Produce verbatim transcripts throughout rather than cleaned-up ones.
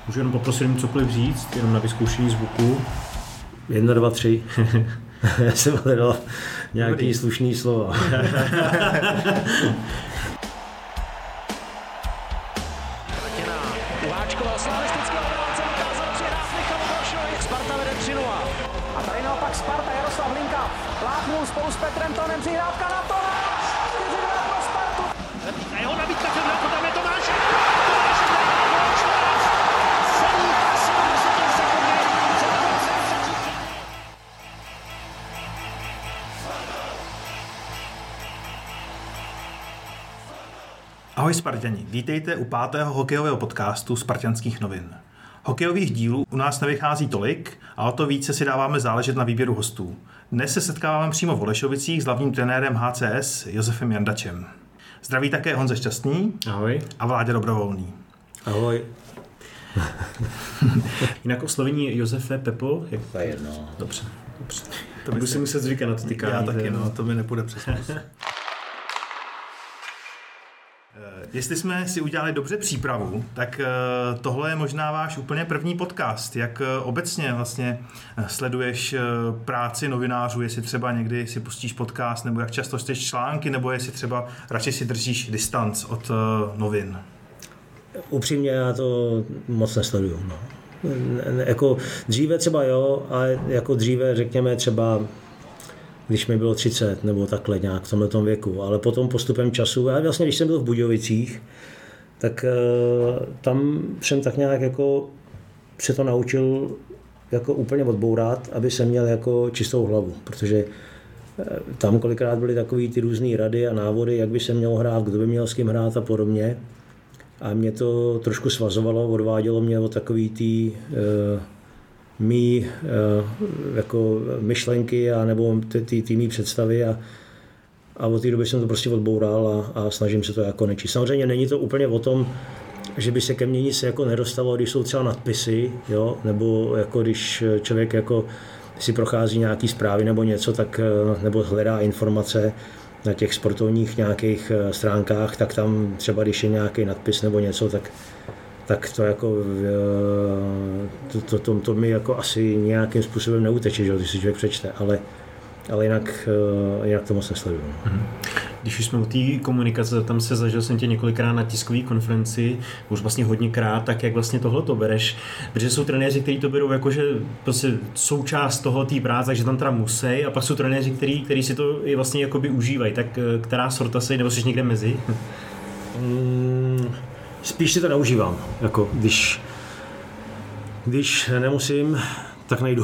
Můžu jenom poprosit jim cokoliv říct, jenom na vyzkoušení zvuku. Jedna, dva, tři. Já jsem hledal nějaký Dobrý. slušný slova. A tady naopak Sparta, Jaroslav Hlinka pláchnul spolu s Petrem Tonem, přihrávka na Tona, čtyři dva pro Spartu. A jeho nabídka před velkou, tam je Tomáš. Tomáš dá celý osmdesát sekund. Ahoj Sparťani, vítejte u pátého hokejového podcastu Spartanských novin. Hokejových dílů u nás nevychází tolik a o to více si dáváme záležet na výběru hostů. Dnes se setkáváme přímo v Holešovicích s hlavním trenérem H C S Josefem Jandačem. Zdraví také Honza Šťastný. Ahoj. A Vláďa Dobrovolný. Ahoj. Jinak oslovení Josefe, Pepo? Jak... To je jedno. Dobře, dobře. To budu si muset zvykat na to tykání. Já taky, no, to mi nepůjde přes nos. Jestli jsme si udělali dobře přípravu, tak tohle je možná váš úplně první podcast. Jak obecně vlastně sleduješ práci novinářů, jestli třeba někdy si pustíš podcast, nebo jak často čteš články, nebo jestli třeba radši si držíš distanc od novin? Upřímně já to moc nesleduju. No. Jako dříve třeba jo, ale jako dříve řekněme třeba když mi bylo třicet nebo takhle nějak v tomhletom věku, ale potom postupem času, já vlastně když jsem byl v Budějovicích, tak uh, tam jsem tak nějak jako se to naučil jako úplně odbourat, aby jsem měl jako čistou hlavu, protože uh, tam kolikrát byly takový ty různý rady a návody, jak by se mělo hrát, kdo by měl s kým hrát a podobně. A mě to trošku svazovalo, odvádělo mě od takový ty uh, mý jako myšlenky a nebo ty, ty, ty mý představy a, a od té doby jsem to prostě odboural a, a snažím se to jako nečíst. Samozřejmě není to úplně o tom, že by se ke mně nic jako nedostalo, když jsou třeba nadpisy, jo, nebo jako když člověk jako si prochází nějaký zprávy nebo něco, tak nebo hledá informace na těch sportovních nějakých stránkách, tak tam třeba když je nějaký nadpis nebo něco, tak tak to jako to, to, to, to mi jako asi nějakým způsobem neuteče, že, když si člověk přečte, ale, ale jinak, jinak to moc nesleduju. Když už jsme u té komunikace, tam se zažil jsem tě několikrát na tiskové konferenci, už vlastně hodněkrát, tak jak vlastně tohle to bereš, protože jsou trenéři, kteří to berou jako, že prostě součást toho té práce, takže tam teda musí, a pak jsou trenéři, kteří, kteří si to i vlastně jakoby užívají, tak která sorta se, nebo jsi někde mezi? Hmm. Spíš si to neužívám, jako když, když nemusím, tak nejdu.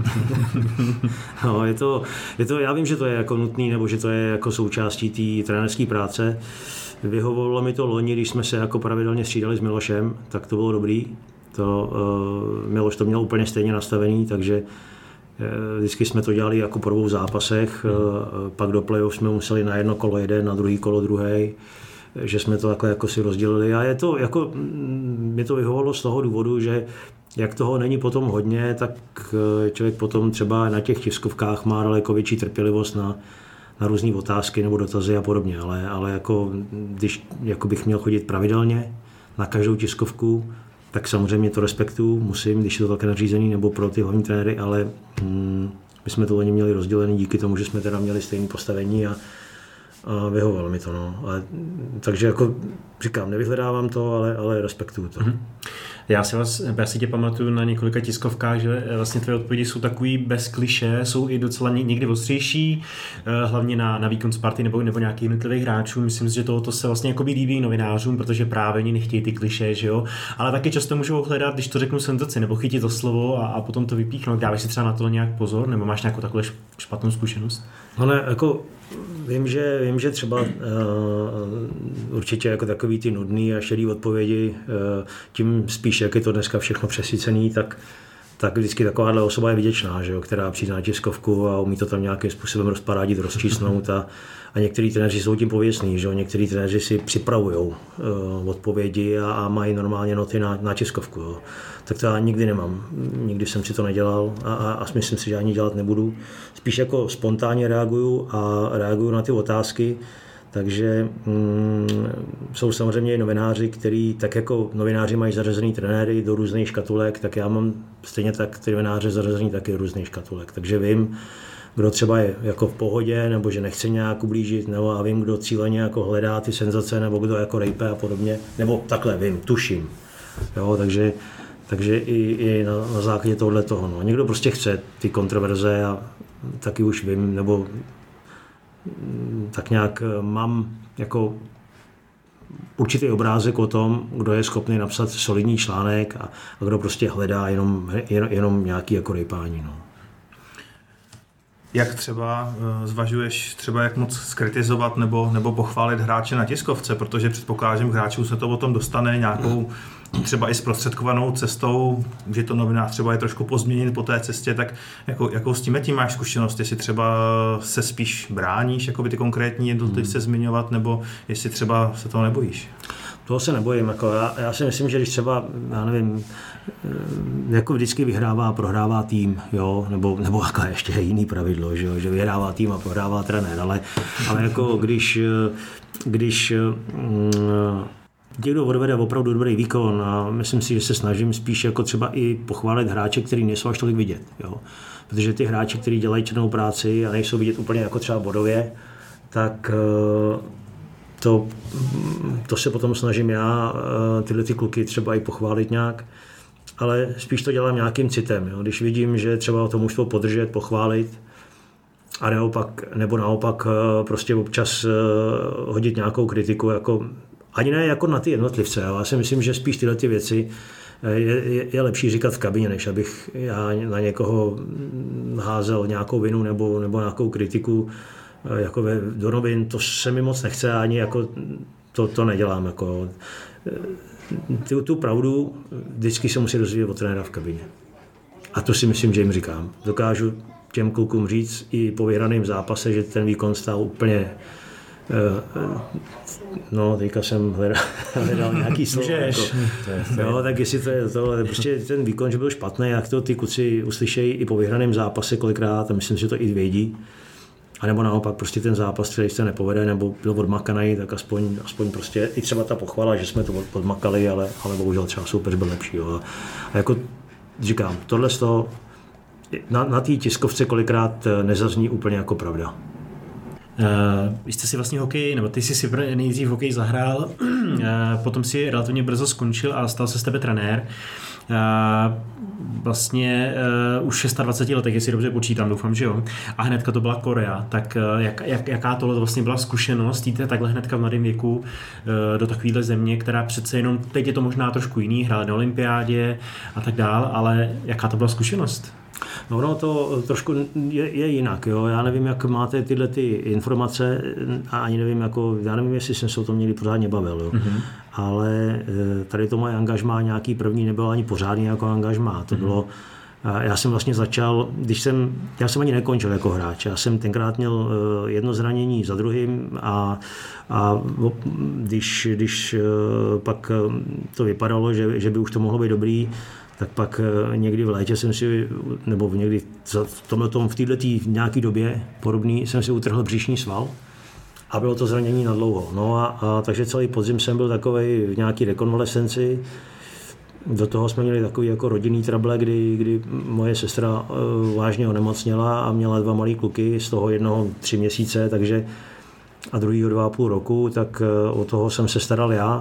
No, je to, je to, já vím, že to je jako nutný, nebo že to je jako součástí té trenérské práce. Vyhovovalo mi to loni, když jsme se jako pravidelně střídali s Milošem, tak to bylo dobrý. To, uh, Miloš to měl úplně stejně nastavený, takže uh, vždycky jsme to dělali jako po dvou zápasech, uh, pak do playoff jsme museli na jedno kolo jeden, na druhý kolo druhý. Že jsme to takhle jako si rozdělili a je to jako, mě to vyhovovalo z toho důvodu, že jak toho není potom hodně, tak člověk potom třeba na těch tiskovkách má daleko větší trpělivost na, na různé otázky nebo dotazy a podobně, ale, ale jako, když jako bych měl chodit pravidelně na každou tiskovku, tak samozřejmě to respektuju, musím, když je to také nařízený nebo pro ty hlavní trenéry, ale hm, my jsme to oni měli rozdělený díky tomu, že jsme teda měli stejné postavení a a vyhovovalo mi to, no. Ale, takže jako říkám, nevyhledávám to, ale, ale respektuju to. Mm-hmm. Já si, vás, já si tě pamatuju na několika tiskovkách, že vlastně tvoje odpovědi jsou takový bez klišé, jsou i docela někdy ostřejší, hlavně na, na výkon Sparty nebo, nebo nějakých jednotlivých hráčů. Myslím si, že tohoto se vlastně jako líbí novinářům, protože právě oni nechtějí ty klišé, že jo. Ale taky často můžou hledat, když to řeknu senzaci, nebo chytit to slovo a, a potom to vypíchnout. Dáváš si třeba na to nějak pozor, nebo máš nějakou takovou špatnou zkušenost? No ne, jako vím, že, vím, že třeba uh, určitě jako takový ty nudný a šedý odpovědi, uh, tím spíš, jak je to dneska všechno přesycený, tak, tak vždycky takováhle osoba je vděčná, že jo, která přijde na tiskovku a umí to tam nějakým způsobem rozparádit, rozčísnout a, a některý trenéři jsou tím pověstní, že jo, některý trenéři si připravujou uh, odpovědi a, a mají normálně noty na, na tiskovku, jo. Tak to já nikdy nemám, nikdy jsem si to nedělal a, a, a myslím si, že ani dělat nebudu. Spíš jako spontánně reaguju a reaguju na ty otázky, Takže mm, jsou samozřejmě i novináři, kteří tak jako novináři mají zařazený trenéry do různých škatulek, tak já mám stejně tak ty novináře zařazený taky do různých škatulek. Takže vím, kdo třeba je jako v pohodě, nebo že nechce nějak ublížit, nebo a vím, kdo cíleně jako hledá ty senzace, nebo kdo jako rejpe a podobně, nebo takhle vím, tuším. Jo, takže, takže i, i na, na základě tohle toho. No. Někdo prostě chce ty kontroverze a taky už vím, nebo tak nějak mám jako určitý obrázek o tom, kdo je schopný napsat solidní článek a, a kdo prostě hledá jenom, jen, jenom nějaký jako rejpání. No. Jak třeba zvažuješ třeba jak moc skritizovat nebo, nebo pochválit hráče na tiskovce, protože předpokládám, že hráčů se to potom dostane nějakou třeba i zprostředkovanou cestou, že to novinář třeba je trošku pozměnit po té cestě, tak jako, jakou s tím tím máš zkušenost, jestli třeba se spíš bráníš, jako by ty konkrétní jednotlivce zmiňovat, nebo jestli třeba se toho nebojíš? Toho se nebojím. Jako já, já si myslím, že když třeba, já nevím, jako vždycky vyhrává a prohrává tým, jo, nebo, nebo jako ještě jiný pravidlo, že, jo, že vyhrává tým a prohrává trenér, ale, ale jako když, když mm, někdo odvede opravdu dobrý výkon a myslím si, že se snažím spíš jako třeba i pochválit hráče, který nejsou až tolik vidět, jo, protože ty hráči, kteří dělají černou práci a nejsou vidět úplně jako třeba bodově, tak To, to se potom snažím já tyhle ty kluky třeba i pochválit nějak, ale spíš to dělám nějakým citem. Jo. Když vidím, že třeba to mužstvo podržet, pochválit a neopak, nebo naopak prostě občas hodit nějakou kritiku, jako, ani ne jako na ty jednotlivce. Jo. Já si myslím, že spíš tyhle ty věci je, je, je lepší říkat v kabině, než abych já na někoho házel nějakou vinu nebo, nebo nějakou kritiku jako do novin, to se mi moc nechce, ani jako to, to nedělám. Jako. Tu, tu pravdu vždycky se musí dozvědět od trenéra v kabině. A to si myslím, že jim říkám. Dokážu těm klukům říct i po vyhraném zápase, že ten výkon stál úplně... No, teďka jsem hledal, hledal nějaký slovo. Jako, no, tak jestli to je tohle, prostě ten výkon, že byl špatný, jak to ty kluci uslyšejí i po vyhraném zápase kolikrát, a myslím, že to i vědí. A nebo naopak prostě ten zápas, který se nepovede, nebo byl odmakaný, tak aspoň, aspoň prostě i třeba ta pochvala, že jsme to odmakali, ale, ale bohužel třeba soupeř byl lepší. Jo. A jako říkám, tohle z toho na, na té tiskovce kolikrát nezazní úplně jako pravda. Uh, vy jste si vlastně hokej, nebo ty jsi si nejdřív hokej zahrál, uh, potom si relativně brzo skončil a stal se z tebe trenér. Uh, vlastně uh, už dvacet šest letech, jestli dobře počítám, doufám, že jo. A hnedka to byla Korea, tak uh, jak, jak, jaká tohle vlastně byla zkušenost, jít takhle hnedka v mladém věku uh, do takovéhle země, která přece jenom, teď je to možná trošku jiný, hrála na olympiádě a tak dál, ale jaká to byla zkušenost? No, no to trošku je, je jinak, jo. Já nevím, jak máte tyhle ty informace a ani nevím, jako, já nevím, jestli jsem se o tom někdy pořádně bavil, jo. Mm-hmm. Ale tady to moje angažmá nějaký první nebylo ani pořádný jako angažmá. To mm-hmm. bylo, já jsem vlastně začal, když jsem, já jsem ani nekončil jako hráč. Já jsem tenkrát měl jedno zranění za druhým a, a když, když pak to vypadalo, že, že by už to mohlo být dobrý, tak pak někdy v létě jsem si, nebo někdy v tomhletom, v této nějaké době podobný, jsem si utrhl břišní sval a bylo to zranění na dlouho. No a, a takže celý podzim jsem byl takovej v nějaký rekonvalescenci. Do toho jsme měli takový jako rodinný trable, kdy, kdy moje sestra uh, vážně onemocněla a měla dva malý kluky, z toho jednoho tři měsíce, takže a druhýho dva a půl roku, tak uh, o toho jsem se staral já.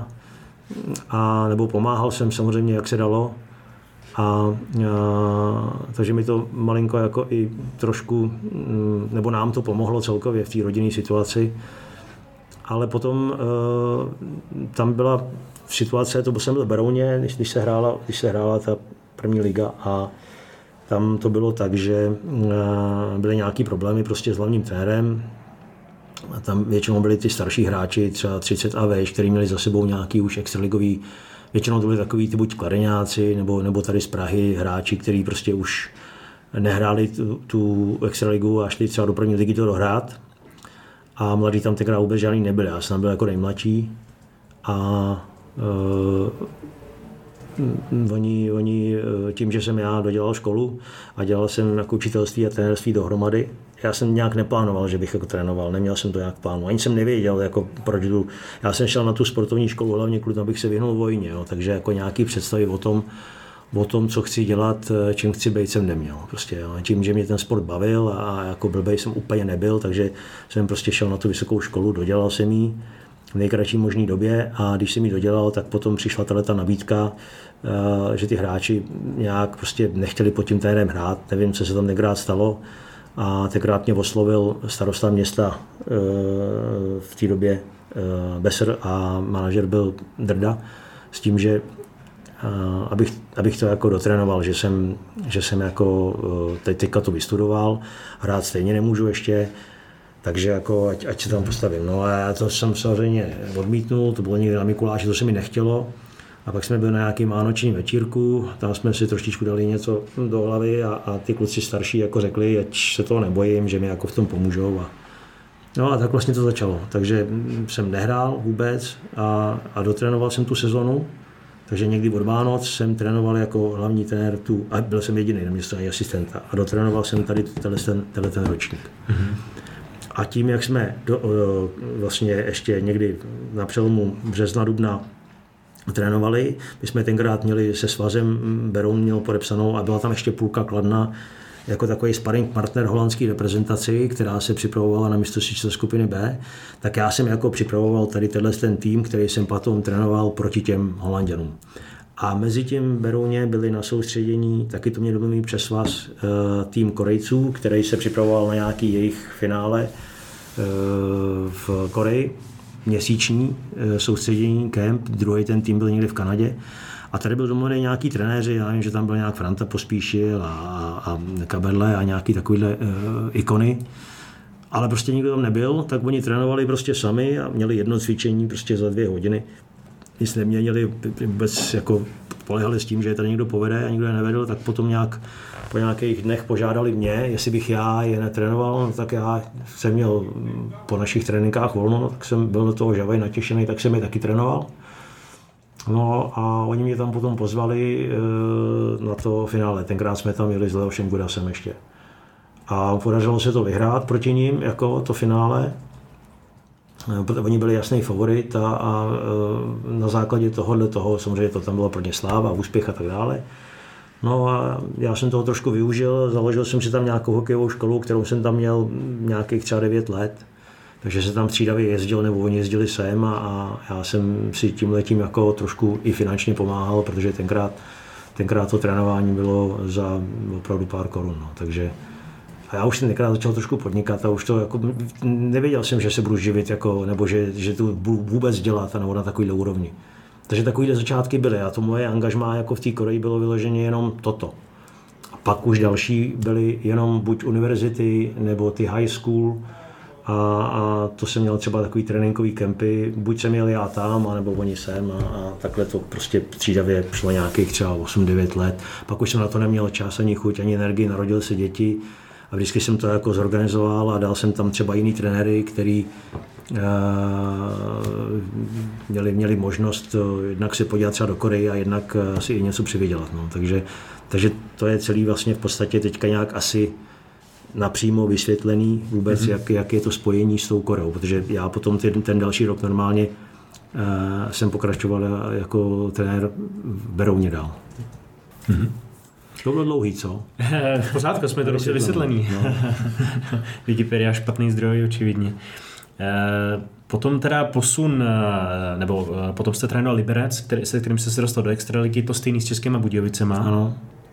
A nebo pomáhal jsem samozřejmě, jak se dalo. A, a takže mi to malinko jako i trošku, nebo nám to pomohlo celkově v té rodinné situaci. Ale potom e, tam byla situace, to jsem byl v Berouně, když, když, se hrála, když se hrála ta první liga a tam to bylo tak, že e, byly nějaký problémy prostě s hlavním trenérem. A tam většinou byli ty starší hráči, třeba třicet a vejš, kteří měli za sebou nějaký už extraligový. Většinou to byli takový ty buď kladeňáci, nebo, nebo tady z Prahy hráči, kteří prostě už nehráli tu, tu extraligu a šli třeba do první ligy to dohrát. A mladí tam tenkrát vůbec žádný nebyli. Já jsem byl jako nejmladší. A e, oni, oni tím, že jsem já dodělal školu a dělal jsem jako učitelství a trenérství dohromady, já jsem nějak neplánoval, že bych jako trénoval, neměl jsem to nějak plánu. Ani jsem nevěděl, jako proč jdu. Já jsem šel na tu sportovní školu hlavně kvůli tomu, abych se vyhnul vojně, jo. Takže jako nějaký představy o tom, o tom, co chci dělat, čím chci být, jsem neměl. Prostě, jo. Tím, že mě ten sport bavil a jako blbej jsem úplně nebyl, takže jsem prostě šel na tu vysokou školu, dodělal jsem ji v nejkratší možné době a když jsem ji dodělal, tak potom přišla tato nabídka, že ty hráči nějak prostě nechtěli pod tím trenérem hrát, nevím, co se tam tenkrát stalo. A tenkrát mě oslovil starosta města v té době Besser a manažer byl Drda s tím, že abych, abych to jako dotrénoval, že jsem, že jsem jako teď, teďka to vystudoval, hrát stejně nemůžu ještě, takže jako ať, ať se tam postavím. No a já to jsem samozřejmě odmítnul, to bylo někde na Mikuláši, to se mi nechtělo. A pak jsme byli na nějakým vánočním večírku, tam jsme si trošičku dali něco do hlavy a, a ty kluci starší jako řekli, ať se toho nebojím, že mi jako v tom pomůžou. A, no a tak vlastně to začalo. Takže jsem nehrál vůbec a, a dotrénoval jsem tu sezonu. Takže někdy od Vánoc jsem trénoval jako hlavní trenér tu, a byl jsem jediný, neměl jsem ani asistenta. A dotrénoval jsem tady tenhle ten, tenhle ten ročník. Mm-hmm. A tím, jak jsme do, vlastně ještě někdy na přelomu března, dubna trénovali. My jsme tenkrát měli se svazem, Beroun měl podepsanou a byla tam ještě půlka Kladna jako takový sparring partner holandské reprezentaci, která se připravovala na mistrovství skupiny B, tak já jsem jako připravoval tady tenhle ten tým, který jsem potom trénoval proti těm Holanďanům. A mezi tím Berouně byli na soustředění, taky to mě domluví přes svaz, tým Korejců, který se připravoval na nějaký jejich finále v Koreji. Měsíční soustředění, kemp, druhý ten tým byl někde v Kanadě. A tady byl domluvený nějaký trenéři, já vím, že tam byl nějak Franta Pospíšil a, a Kaberle a nějaký takovýhle uh, ikony. Ale prostě nikdo tam nebyl, tak oni trénovali prostě sami a měli jedno cvičení prostě za dvě hodiny. Nic neměli, vůbec jako polehali s tím, že je tady někdo povede a nikdo je nevedl, tak potom nějak po nějakých dnech požádali mě, jestli bych já je netrénoval, no, tak já jsem měl po našich tréninkách volno, tak jsem byl do toho žavej, natěšený, tak jsem je taky trénoval. No a oni mě tam potom pozvali e, na to finále, tenkrát jsme tam jeli s Leošem Gudasem ještě. A podařilo se to vyhrát proti ním, jako to finále. Protože oni byli jasný favorit a, a na základě tohohle toho, samozřejmě to tam byla pro ně sláva, úspěch a tak dále. No a já jsem toho trošku využil, založil jsem si tam nějakou hokejovou školu, kterou jsem tam měl nějakých třeba devět let. Takže se tam střídavě jezdil, nebo oni jezdili sem a, a já jsem si tímhletím jako trošku i finančně pomáhal, protože tenkrát, tenkrát to trénování bylo za opravdu pár korun. No. Takže a já už tenkrát začal trošku podnikat a už to jako, nevěděl jsem, že se budu živit, jako, nebo že, že to budu vůbec dělat nebo na takovýhle úrovni. Takže takovýhle začátky byly a to moje angažmá jako v té Koreji bylo vyloženě jenom toto. A pak už další byly jenom buď univerzity nebo ty high school a, a to jsem měl třeba takový tréninkový kempy, buď jsem jel já tam, anebo oni sem a, a takhle to prostě střídavě šlo nějakých třeba osm devět let. Pak už jsem na to neměl čas ani chuť, ani energii, narodili se děti. A vždycky jsem to jako zorganizoval a dal jsem tam třeba jiný trenéry, který uh, měli, měli možnost uh, jednak se podívat třeba do Koreji a jednak uh, si i něco přivydělat. No. Takže, takže to je celý vlastně v podstatě teďka nějak asi napřímo vysvětlený vůbec, mm-hmm. jak, jak je to spojení s tou Koreou, protože já potom ten, ten další rok normálně uh, jsem pokračoval jako trenér v Berouně dál. Mm-hmm. To bylo dlouhý, co? V pořádku, jsme to dobře vysvětlený. No. Wikipedia špatný zdroj, očividně. Potom teda posun, nebo potom jste trénoval Liberec, který, se kterým jste se dostal do extraligy, to stejný s Českýma Budějovicema. Ano.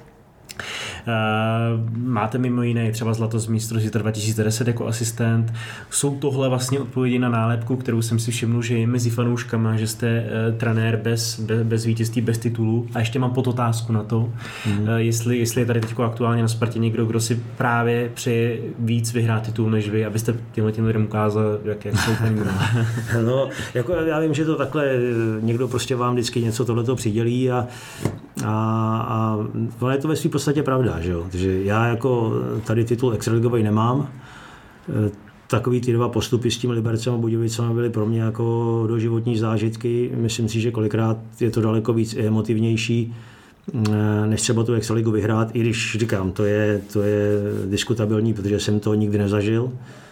Máte mimo jiné třeba zlato z mistrovství dva tisíce deset jako asistent. Jsou tohle vlastně odpovědi na nálepku, kterou jsem si všiml, že je mezi fanouškama, že jste trenér bez, bez, bez vítězství, bez titulu. A ještě mám podotázku na to, mm. jestli, jestli je tady teď aktuálně na Spartě někdo, kdo si právě přeje víc vyhrát titul než vy, abyste těmhle těm lidem ukázal, jak, jak jsou ten No, jako já vím, že to takhle, někdo prostě vám vždycky něco tohleto přidělí a, a, a je to ve svým podstatě pravda. Že jo? Takže já jako tady titul extraligový nemám. takový ty dva postupy s tím Libercem a Budějovicemi byly pro mě jako doživotní zážitky. Myslím si, že kolikrát je to daleko víc emotivnější, než třeba tu extraligu vyhrát, i když říkám, to je, to je diskutabilní, protože jsem to nikdy nezažil.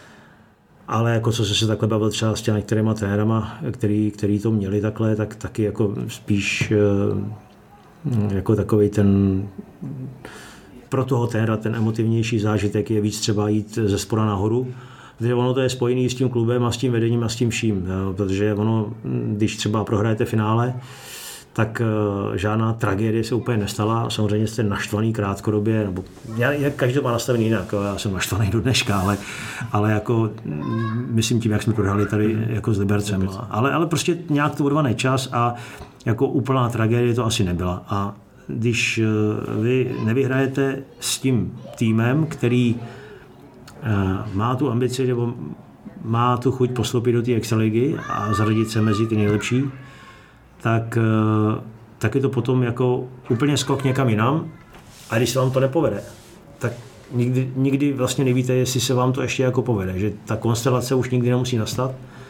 Ale jako co se takhle bavil třeba s těmi některýma trenérama, který, který to měli takhle, tak taky jako spíš jako takový ten pro toho trenéra ten emotivnější zážitek je víc třeba jít ze spoda nahoru, protože ono to je spojený s tím klubem a s tím vedením a s tím vším, jo, protože ono, když třeba prohrajete finále, tak uh, žádná tragédie se úplně nestala. Samozřejmě jste naštvaný krátkodobě, nebo já, já každý má nastavený jinak, já jsem naštvaný do dneška, ale, ale jako myslím tím, jak jsme prohráli tady jako s Libercem. Ale, ale prostě nějak to odvaný čas a jako úplná tragédie to asi nebyla. A když uh, vy nevyhrajete s tím týmem, který uh, má tu ambici nebo má tu chuť postoupit do té extraligy a zařadit se mezi ty nejlepší, tak, tak je to potom jako úplně skok někam jinam a když se vám to nepovede, tak nikdy, nikdy vlastně nevíte, jestli se vám to ještě jako povede, že ta konstelace už nikdy nemusí nastat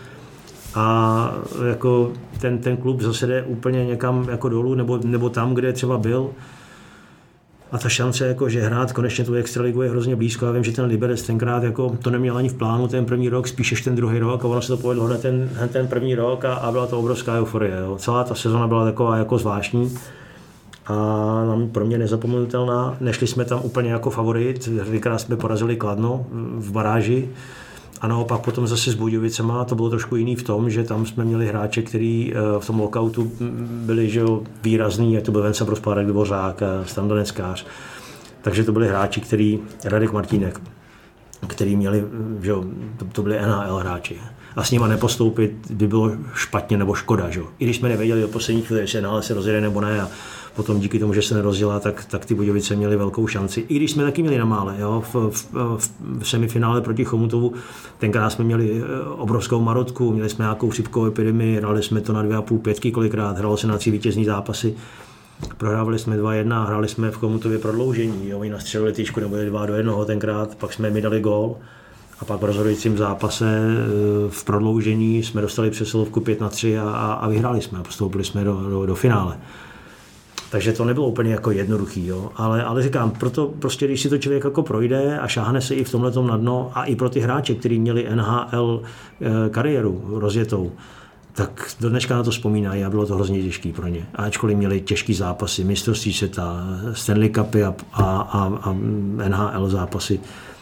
a jako ten, ten klub zase jde úplně někam jako dolů nebo, nebo tam, kde třeba byl a ta šance, jako, že hrát konečně tu extraligu je hrozně blízko. Já vím, že ten Liberec tenkrát jako, to neměl ani v plánu ten první rok, spíš ten druhý rok a ono se to povedlo hned ten, ten první rok a, a byla to obrovská euforie. Jo. Celá ta sezona byla taková jako zvláštní a pro mě nezapomenutelná. Nešli jsme tam úplně jako favorit, kdykrát jsme porazili Kladno v baráži a naopak potom zase s Budějovicema to bylo trošku jiný v tom, že tam jsme měli hráče, který v tom lockoutu byli že jo, výrazný, jak to byl Venca Prospárek, Dvořák, Stan Doneckář. Takže to byli hráči, který, Radek Martínek, který měli, že jo, to, to byli N H L hráči. A s nima nepostoupit by bylo špatně nebo škoda. Že jo. I když jsme nevěděli do poslední chvíli, jestli N H L se rozjede nebo ne. A potom díky tomu, že se nerozjela, tak, tak ty Budějovice měly velkou šanci. I když jsme taky měli na mále. Jo. V, v, v semifinále proti Chomutovu tenkrát jsme měli obrovskou marotku, měli jsme nějakou chřipkovou epidemii, hráli jsme to na dvě a půl pětky kolikrát, hralo se na tři vítězný zápasy. Prohrávali jsme dva jedna, hráli jsme v Chomutově prodloužení. Jo. Oni nastřelili tyčku, nebo dva do jednoho tenkrát, pak jsme mi dali gól. A pak v rozhodujícím zápase v prodloužení jsme dostali přesilovku pět na tři a, a vyhráli jsme a postoupili jsme do, do, do finále. Takže to nebylo úplně jako jednoduchý, jo. Ale, ale říkám, proto prostě, když si to člověk jako projde a šáhne se i v tomhletom na dno a i pro ty hráče, kteří měli N H L kariéru rozjetou, tak do dneška na to vzpomínají a bylo to hrozně těžký pro ně. Ačkoliv měli těžký zápasy, mistrovství světa, Stanley Cupy a, a, a, a N H L zápasy,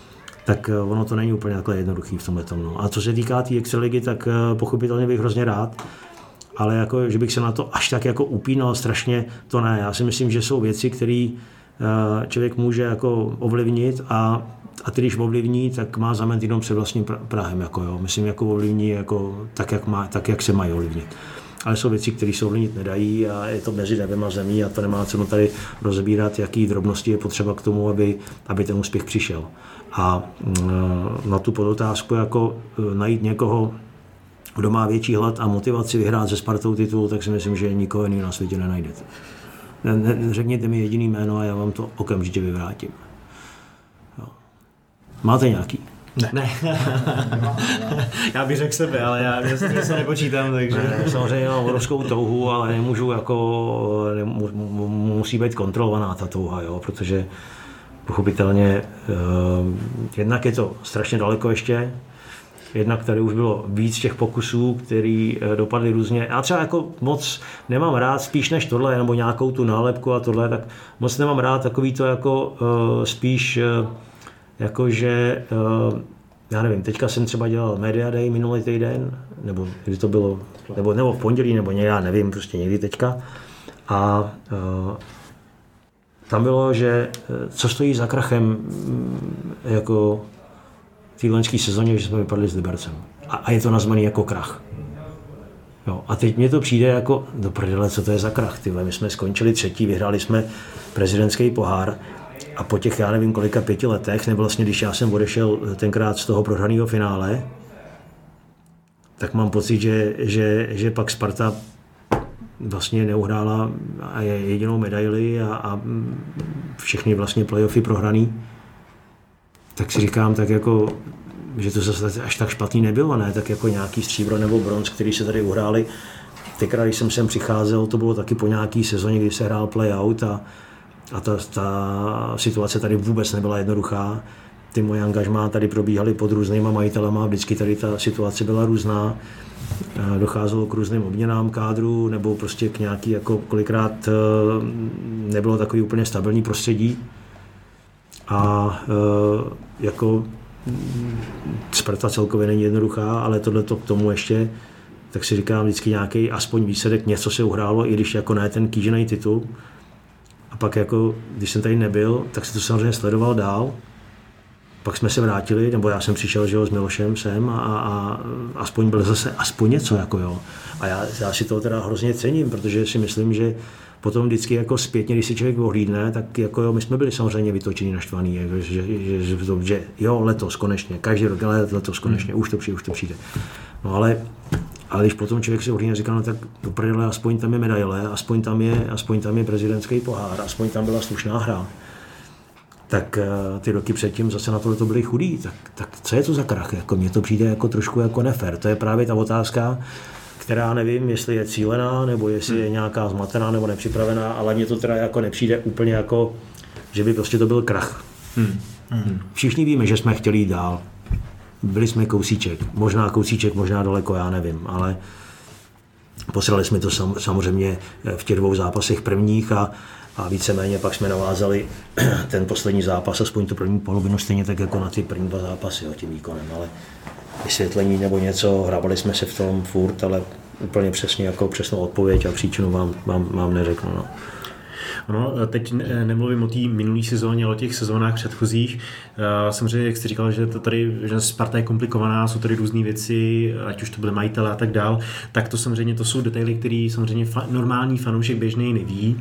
tak ono to není úplně takhle jednoduchý v tomhletom. No. A co se týká té tý extraligy, tak pochopitelně bych hrozně rád, ale jako, že bych se na to až tak jako upínal strašně, to ne. Já si myslím, že jsou věci, které člověk může jako ovlivnit a, a ty, když ovlivní, tak má zament jenom před vlastním prahem. Jako, jo. Myslím, jako ovlivní jako, tak, jak má, tak, jak se mají ovlivnit. Ale jsou věci, které se ovlivnit nedají a je to mezi nebem a zemí a to nemá cenu tady rozebírat, jaký drobnosti je potřeba k tomu, aby, aby ten úspěch přišel. A na tu podotázku jako najít někoho, kdo má větší hlad a motivaci vyhrát se Spartou titul, tak si myslím, že nikoho jiného na světě nenajdete. Ne, ne, řekněte mi jediný jméno a já vám to okamžitě vyvrátím. Jo. Máte nějaký? Ne. ne. Já bych řekl sebe, ale já mě se nepočítám, takže... Ne, samozřejmě mám obrovskou touhu, ale nemůžu jako... Nemů, musí být kontrolovaná ta touha, jo, protože pochopitelně uh, jednak je to strašně daleko ještě, jednak tady už bylo víc těch pokusů, které uh, dopadly různě. Já třeba jako moc nemám rád, spíš než tohle, nebo nějakou tu nálepku a tohle, tak moc nemám rád takový to jako uh, spíš uh, jakože, uh, já nevím, teďka jsem třeba dělal Media Day minulý týden, nebo kdy to bylo, nebo, nebo v pondělí, nebo někdy, já nevím, prostě někdy teďka. A uh, tam bylo, že co stojí za krachem jako v té loňské sezóně, že jsme vypadli s Libercem. A, a je to nazvaný jako krach. Jo, a teď mně to přijde jako, do prdele, co to je za krach, tyhle. My jsme skončili třetí, vyhráli jsme prezidentský pohár a po těch, já nevím kolika pěti letech, nebo vlastně když já jsem odešel tenkrát z toho prohraného finále, tak mám pocit, že, že, že pak Sparta vlastně neuhrála jedinou medaili a, a všechny vlastně playoffy prohraný. Tak si říkám, tak jako že to zase až tak špatný nebylo, ne? Tak jako nějaký stříbro nebo bronz, který se tady uhráli. Tenkrát, když jsem sem přicházel, to bylo taky po nějaký sezóně, kdy se hrál play-out a, a ta, ta situace tady vůbec nebyla jednoduchá. Ty moje angažmá tady probíhaly pod různýma majitelema, vždycky tady ta situace byla různá. Docházelo k různým obměnám kádru, nebo prostě k nějaký, jako kolikrát nebylo takový úplně stabilní prostředí. A jako Sparta celkově není jednoduchá, ale tohleto k tomu ještě, tak si říkám vždycky nějaký aspoň výsledek, něco se uhrálo, i když jako ne ten kýžený titul. A pak jako, když jsem tady nebyl, tak se to samozřejmě sledoval dál. Pak jsme se vrátili, nebo já jsem přišel, že jo, s Milošem sem a, a, a aspoň byl zase aspoň něco, jako jo. A já, já si to teda hrozně cením, protože si myslím, že potom vždycky jako zpětně, když si člověk ohlídne, tak jako jo, my jsme byli samozřejmě vytočení, naštvaný, jako, že, že, že, že jo, letos konečně, každý rok, ale letos konečně, už to přijde, už to přijde. No ale, ale když potom člověk si ohlídne, říká, no tak do prdele, aspoň tam je medaile, aspoň tam je, aspoň tam je prezidentský pohár, aspoň tam byla slušná hra. Tak ty roky předtím zase na tohle to byly chudý, tak, tak co je to za krach? Jako, mně to přijde jako trošku jako nefér. To je právě ta otázka, která nevím, jestli je cílená, nebo jestli je nějaká zmatená nebo nepřipravená, ale mně to teda jako nepřijde úplně jako, že by prostě to byl krach. Hmm. Hmm. Všichni víme, že jsme chtěli jít dál. Byli jsme kousíček, možná kousíček, možná daleko, já nevím, ale posrali jsme to sam, samozřejmě v těch dvou zápasech prvních a A víceméně pak jsme navázali ten poslední zápas, aspoň tu první polovinu, stejně tak jako na ty první dva zápasy jo, tím výkonem, ale vysvětlení nebo něco, hrábali jsme se v tom furt, ale úplně přesně jako přesnou odpověď a příčinu vám, vám, vám neřeknu. No. No, teď nemluvím o té minulé sezóně, ale o těch sezónách předchozích. Samozřejmě, jak jste říkal, že to tady, že Sparta je komplikovaná, jsou tady různé věci, ať už to byly majitele a tak dál, tak to samozřejmě to jsou detaily, které samozřejmě fa- normální fanoušek běžný neví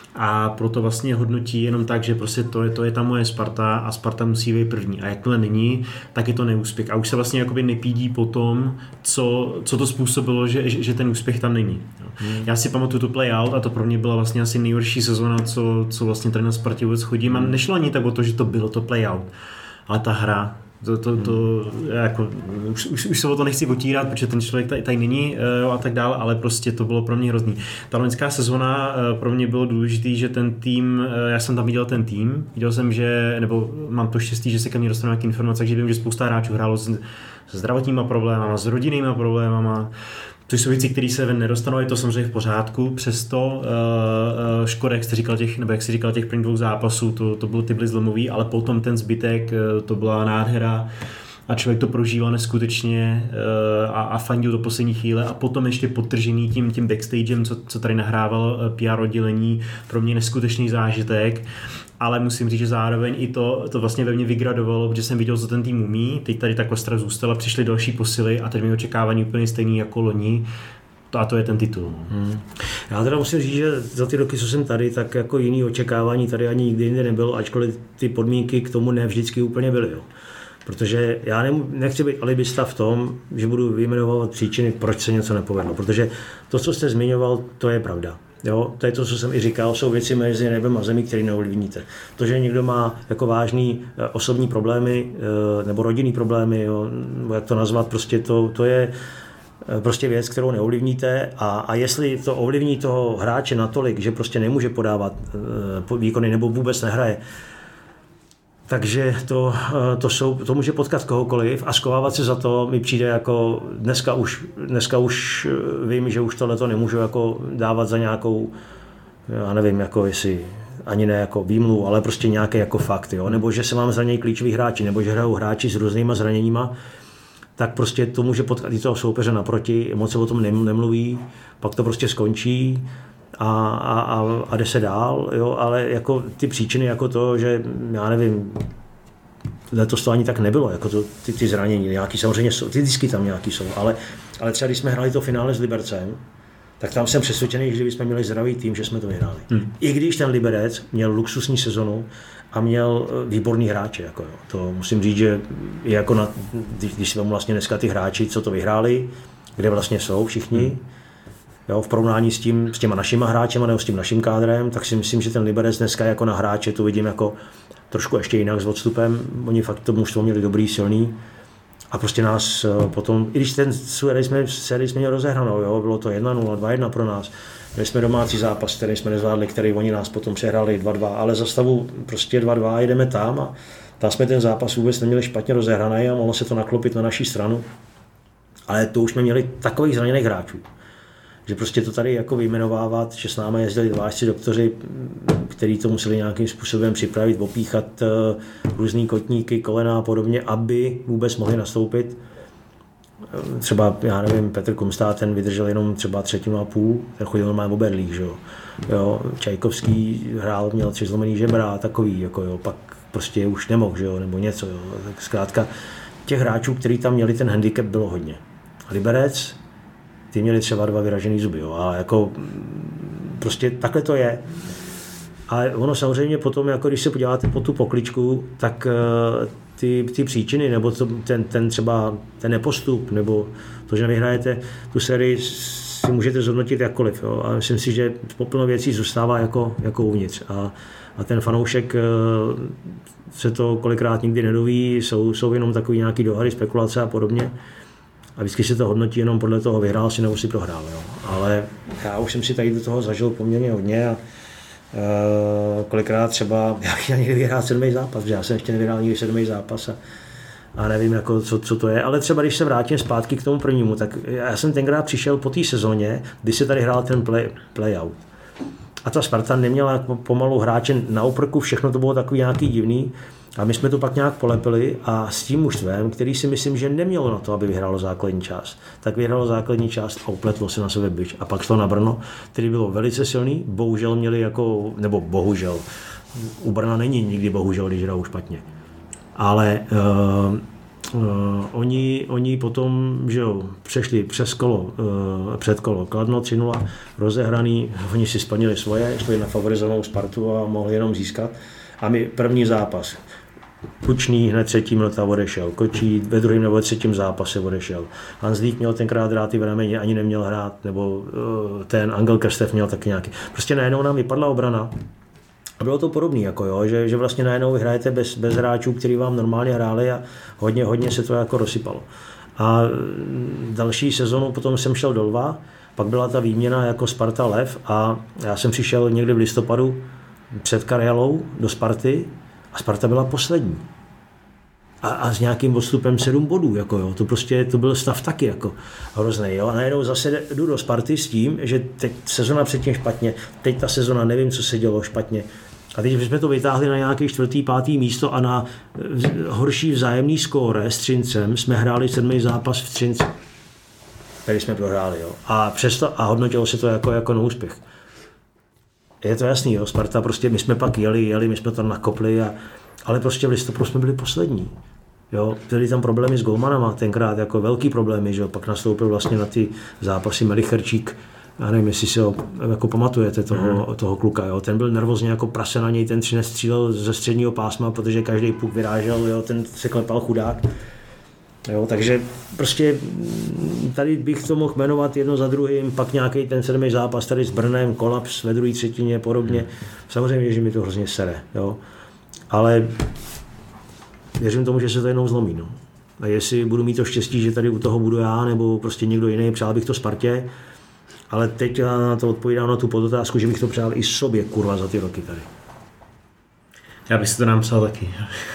a proto vlastně hodnotí jenom tak, že prostě to je, to je ta moje Sparta a Sparta musí být první. A jakmile není, tak je to neúspěch. A už se vlastně jakoby nepídí po tom, co, co to způsobilo, že, že ten úspěch tam není. Hmm. Já si pamatuju to play-out a to pro mě byla vlastně asi nejhorší sezóna, co, co vlastně tady na Spartě vůbec chodím. A nešlo ani tak o to, že to bylo to play-out, ale ta hra, to, to, to jako, už, už, už se o to nechci otírat, protože ten člověk tady, tady není jo, a tak dále, ale prostě to bylo pro mě hrozný. Ta loňská sezona pro mě bylo důležitý, že ten tým, já jsem tam viděl ten tým, viděl jsem, že, nebo mám to štěstí, že se ke mně dostanu nějaké informace, takže vím, že spousta hráčů hrálo se zdravotníma problémama, s rodinnýma problémama, to jsou věci, které se ven nedostanou, je to samozřejmě v pořádku, přesto uh, škoda, jak jste říkal těch, nebo jak jsi říkal těch prvních dvou zápasů, to, to bylo ty byly zlomový, ale potom ten zbytek, uh, to byla nádhera a člověk to prožíval neskutečně uh, a, a fandil do poslední chvíle a potom ještě podtržený tím, tím backstagem, co, co tady nahrával P R oddělení, pro mě neskutečný zážitek. Ale musím říct, že zároveň i to, to vlastně ve mně vygradovalo, protože jsem viděl, co ten tým umí, teď tady ta kostra zůstala, přišly další posily a teď mi očekávání úplně stejný jako loni, to a to je ten titul. Hmm. Já teda musím říct, že za ty roky, co jsem tady, tak jako jiný očekávání tady ani nikdy jinde nebylo, ačkoliv ty podmínky k tomu ne vždycky úplně byly. Jo. Protože já nechci být alibista v tom, že budu vyjmenovat příčiny, proč se něco nepovedlo, protože to, co jste zmiňoval, to je pravda. Jo, to je to, co jsem i říkal, jsou věci mezi nebem a zemí, které neovlivníte. To, že někdo má jako vážný osobní problémy nebo rodinný problémy, jo, jak to nazvat, prostě to, to je prostě věc, kterou neovlivníte a, a jestli to ovlivní toho hráče natolik, že prostě nemůže podávat výkony nebo vůbec nehraje, takže to, to, jsou, to může potkat kohokoliv a schovávat se za to mi přijde jako dneska už, dneska už vím, že už tohleto nemůžu jako dávat za nějakou, já nevím, jako jestli ani ne jako výmluvu, ale prostě nějaký jako fakt, jo? Nebo že se vám zranějí klíčoví hráči, nebo že hrajou hráči s různýma zraněníma, tak prostě to může potkat i toho soupeře naproti, moc se o tom nemluví, pak to prostě skončí. A, a, a jde se dál, jo, ale jako ty příčiny, jako to, že já nevím, letos to ani tak nebylo, jako to, ty, ty zranění, nějaký samozřejmě jsou, ty disky tam nějaký jsou, ale, ale třeba když jsme hráli to finále s Libercem, tak tam jsem přesvědčený, že kdybychom měli zdravý tým, že jsme to vyhráli. Hmm. I když ten Liberec měl luxusní sezonu a měl výborný hráče, jako jo. To musím říct, že je jako na, když, když si vám vlastně dneska ty hráči, co to vyhráli, kde vlastně jsou všichni, hmm. Jo, v porovnání s, tím, s těma našima hráčema nebo s tím naším kádrem, tak si myslím, že ten Liberec dneska jako na hráče to vidím jako trošku ještě jinak s odstupem. Oni fakt to mužstvo měli dobrý, silný A prostě nás potom, i když ten sérii jsme, sérii jsme měli rozehranou, jo, bylo to jedna nula, dva jedna pro nás. Měli jsme domácí zápas, který jsme nezvládli, který oni nás potom přehráli dva dva, ale za stavu prostě dva dva jdeme tam a tam jsme ten zápas vůbec neměli špatně rozehraný a mohlo se to naklopit na naší stranu. Ale to už jsme měli takových zraněných hráčů, že prostě to tady jako vyjmenovávat, že s námi jezdili dva až tři doktoři, kteří to museli nějakým způsobem připravit, opíchat různý kotníky, kolena a podobně, aby vůbec mohli nastoupit. Třeba, já nevím, Petr Kumstá, ten vydržel jenom třeba třetinu a půl, ten chodil normálně v oberlích, že jo. jo. Čajkovský hrál, měl tři zlomený žebra a takový, jako jo, pak prostě už nemohl, že jo, nebo něco, jo. Tak zkrátka těch hráčů, kteří tam měli ten handicap, bylo hodně. Liberec, ty měli třeba dva vyražený zuby, jo, ale jako prostě takhle to je. A ono samozřejmě potom, jako když se podíváte po tu pokličku, tak ty, ty příčiny, nebo to, ten, ten třeba ten nepostup, nebo to, že nevyhrajete tu sérii, si můžete zhodnotit jakkoliv. Jo. A myslím si, že plno věcí zůstává jako, jako uvnitř. A, a ten fanoušek se to kolikrát nikdy nedoví, jsou, jsou jenom takový nějaký dohady, spekulace a podobně. A vždycky se to hodnotí jenom podle toho, vyhrál si nebo si prohrál. Jo. Ale já už jsem si tady do toho zažil poměrně hodně a uh, kolikrát třeba, já někdy vyhrál sedmý zápas, protože já jsem ještě nevyhrál nikdy sedmý zápas a, a nevím, jako, co, co to je. Ale třeba když se vrátím zpátky k tomu prvnímu, tak já jsem tenkrát přišel po té sezóně, kdy se tady hrál ten play, playout. A ta Sparta neměla pomalu hráče na oprku, všechno to bylo takový nějaký divný. A my jsme to pak nějak polepili a s tím mužstvem, který si myslím, že nemělo na to, aby vyhrálo základní část, tak vyhrálo základní část a upletlo se na sebe bič. A pak šlo na Brno, který bylo velice silný, bohužel měli jako, nebo bohužel, u Brna není nikdy bohužel, když hrajou špatně. Ale uh, uh, oni, oni potom, že jo, přešli přes kolo, uh, před kolo, Kladno tři nula, rozehraný, oni si splnili svoje, šli na favorizovanou Spartu a mohli jenom získat. A my první zápas. Kučný hned třetí minuta odešel, Kočí ve druhém nebo třetím zápase odešel. Hanzlík měl tenkrát dráty v rameni, ani neměl hrát, nebo uh, ten Angel Krstev měl taky nějaký. Prostě najednou nám vypadla obrana. A bylo to podobné, jako jo, že, že vlastně najednou vyhrajete bez, bez hráčů, kteří vám normálně hráli a hodně, hodně se to jako rozsypalo. A další sezonu potom jsem šel do Lva, pak byla ta výměna jako Sparta Lev a já jsem přišel někdy v listopadu před Karjalou do Sparty a Sparta byla poslední. A, a s nějakým odstupem sedm bodů, jako jo, to prostě, to byl stav taky jako hrozný, jo. A najednou zase jdu do Sparty s tím, že teď sezona předtím špatně, teď ta sezona, nevím, co se dělo špatně. A teď jsme to vytáhli na nějaký čtvrtý, pátý místo a na horší vzájemný skóre s Třincem jsme hráli sedmý zápas v Třinci. Tady jsme prohráli, jo. A přesto, a hodnotilo se to jako, jako neúspěch. Je to jasný, jo, Sparta prostě, my jsme pak jeli, jeli, my jsme tam nakopli, a, ale prostě v listopadu jsme byli poslední. Jo, byly tam problémy s golmanama, tenkrát jako velký problémy, že jo, pak nastoupil vlastně na ty zápasy Melicherčík, já nevím, jestli si ho jako pamatujete toho, mm. toho kluka, jo, ten byl nervózně jako prase na něj, ten Třinec střílel ze středního pásma, protože každý puk vyrážel, jo, ten se klepal chudák. Jo, takže prostě tady bych to mohl jmenovat jedno za druhým, pak nějaký ten sedmý zápas tady s Brnem, kolaps ve druhé třetině, podobně. Samozřejmě, že mi to hrozně sere, jo. Ale věřím tomu, že se to jednou zlomí. No. A jestli budu mít to štěstí, že tady u toho budu já, nebo prostě někdo jiný, přál bych to Spartě, ale teď já na to odpovídám na tu podotázku, že bych to přál i sobě, kurva, za ty roky tady. Já bych si to nám psal taky.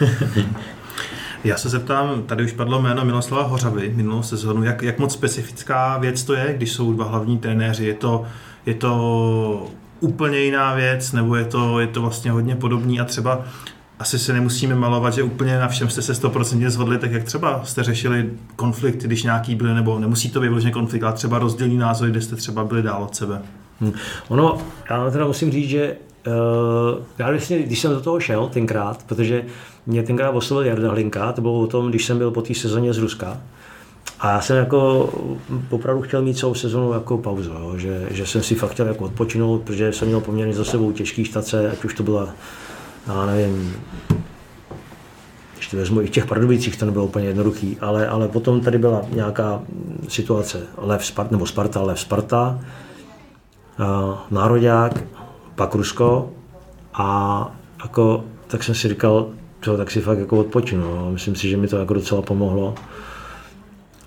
Já se zeptám, tady už padlo jméno Miloslava Hořavy minulou sezonu, jak, jak moc specifická věc to je, když jsou dva hlavní trenéři, je to, je to úplně jiná věc, nebo je to, je to vlastně hodně podobný a třeba asi se nemusíme malovat, že úplně na všem jste se sto procent shodli, tak jak třeba jste řešili konflikty, když nějaký byly, nebo nemusí to být vyloženě konflikt, ale třeba rozdílný názory, kde jste třeba byli dál od sebe. Hmm. Ono, já teda musím říct, že uh, já vlastně, když jsem do toho šel tenkrát, protože mě tenkrát oslovil Jarda Hlinka, to bylo o tom, když jsem byl po té sezóně z Ruska. A já jsem jako opravdu chtěl mít celou sezonu jako pauzu, jo? Že, že jsem si fakt chtěl jako odpočinout, protože jsem měl poměrně za sebou těžký štace, ať už to byla, já nevím, když to vezmu, i v těch Pardubicích to nebylo úplně jednoduchý, ale, ale potom tady byla nějaká situace, Lev Sparta, nebo Sparta, Lev Sparta, Nároďák, pak Rusko a jako, tak jsem si říkal, co, tak si fakt jako odpočinu. No. Myslím si, že mi to jako docela pomohlo.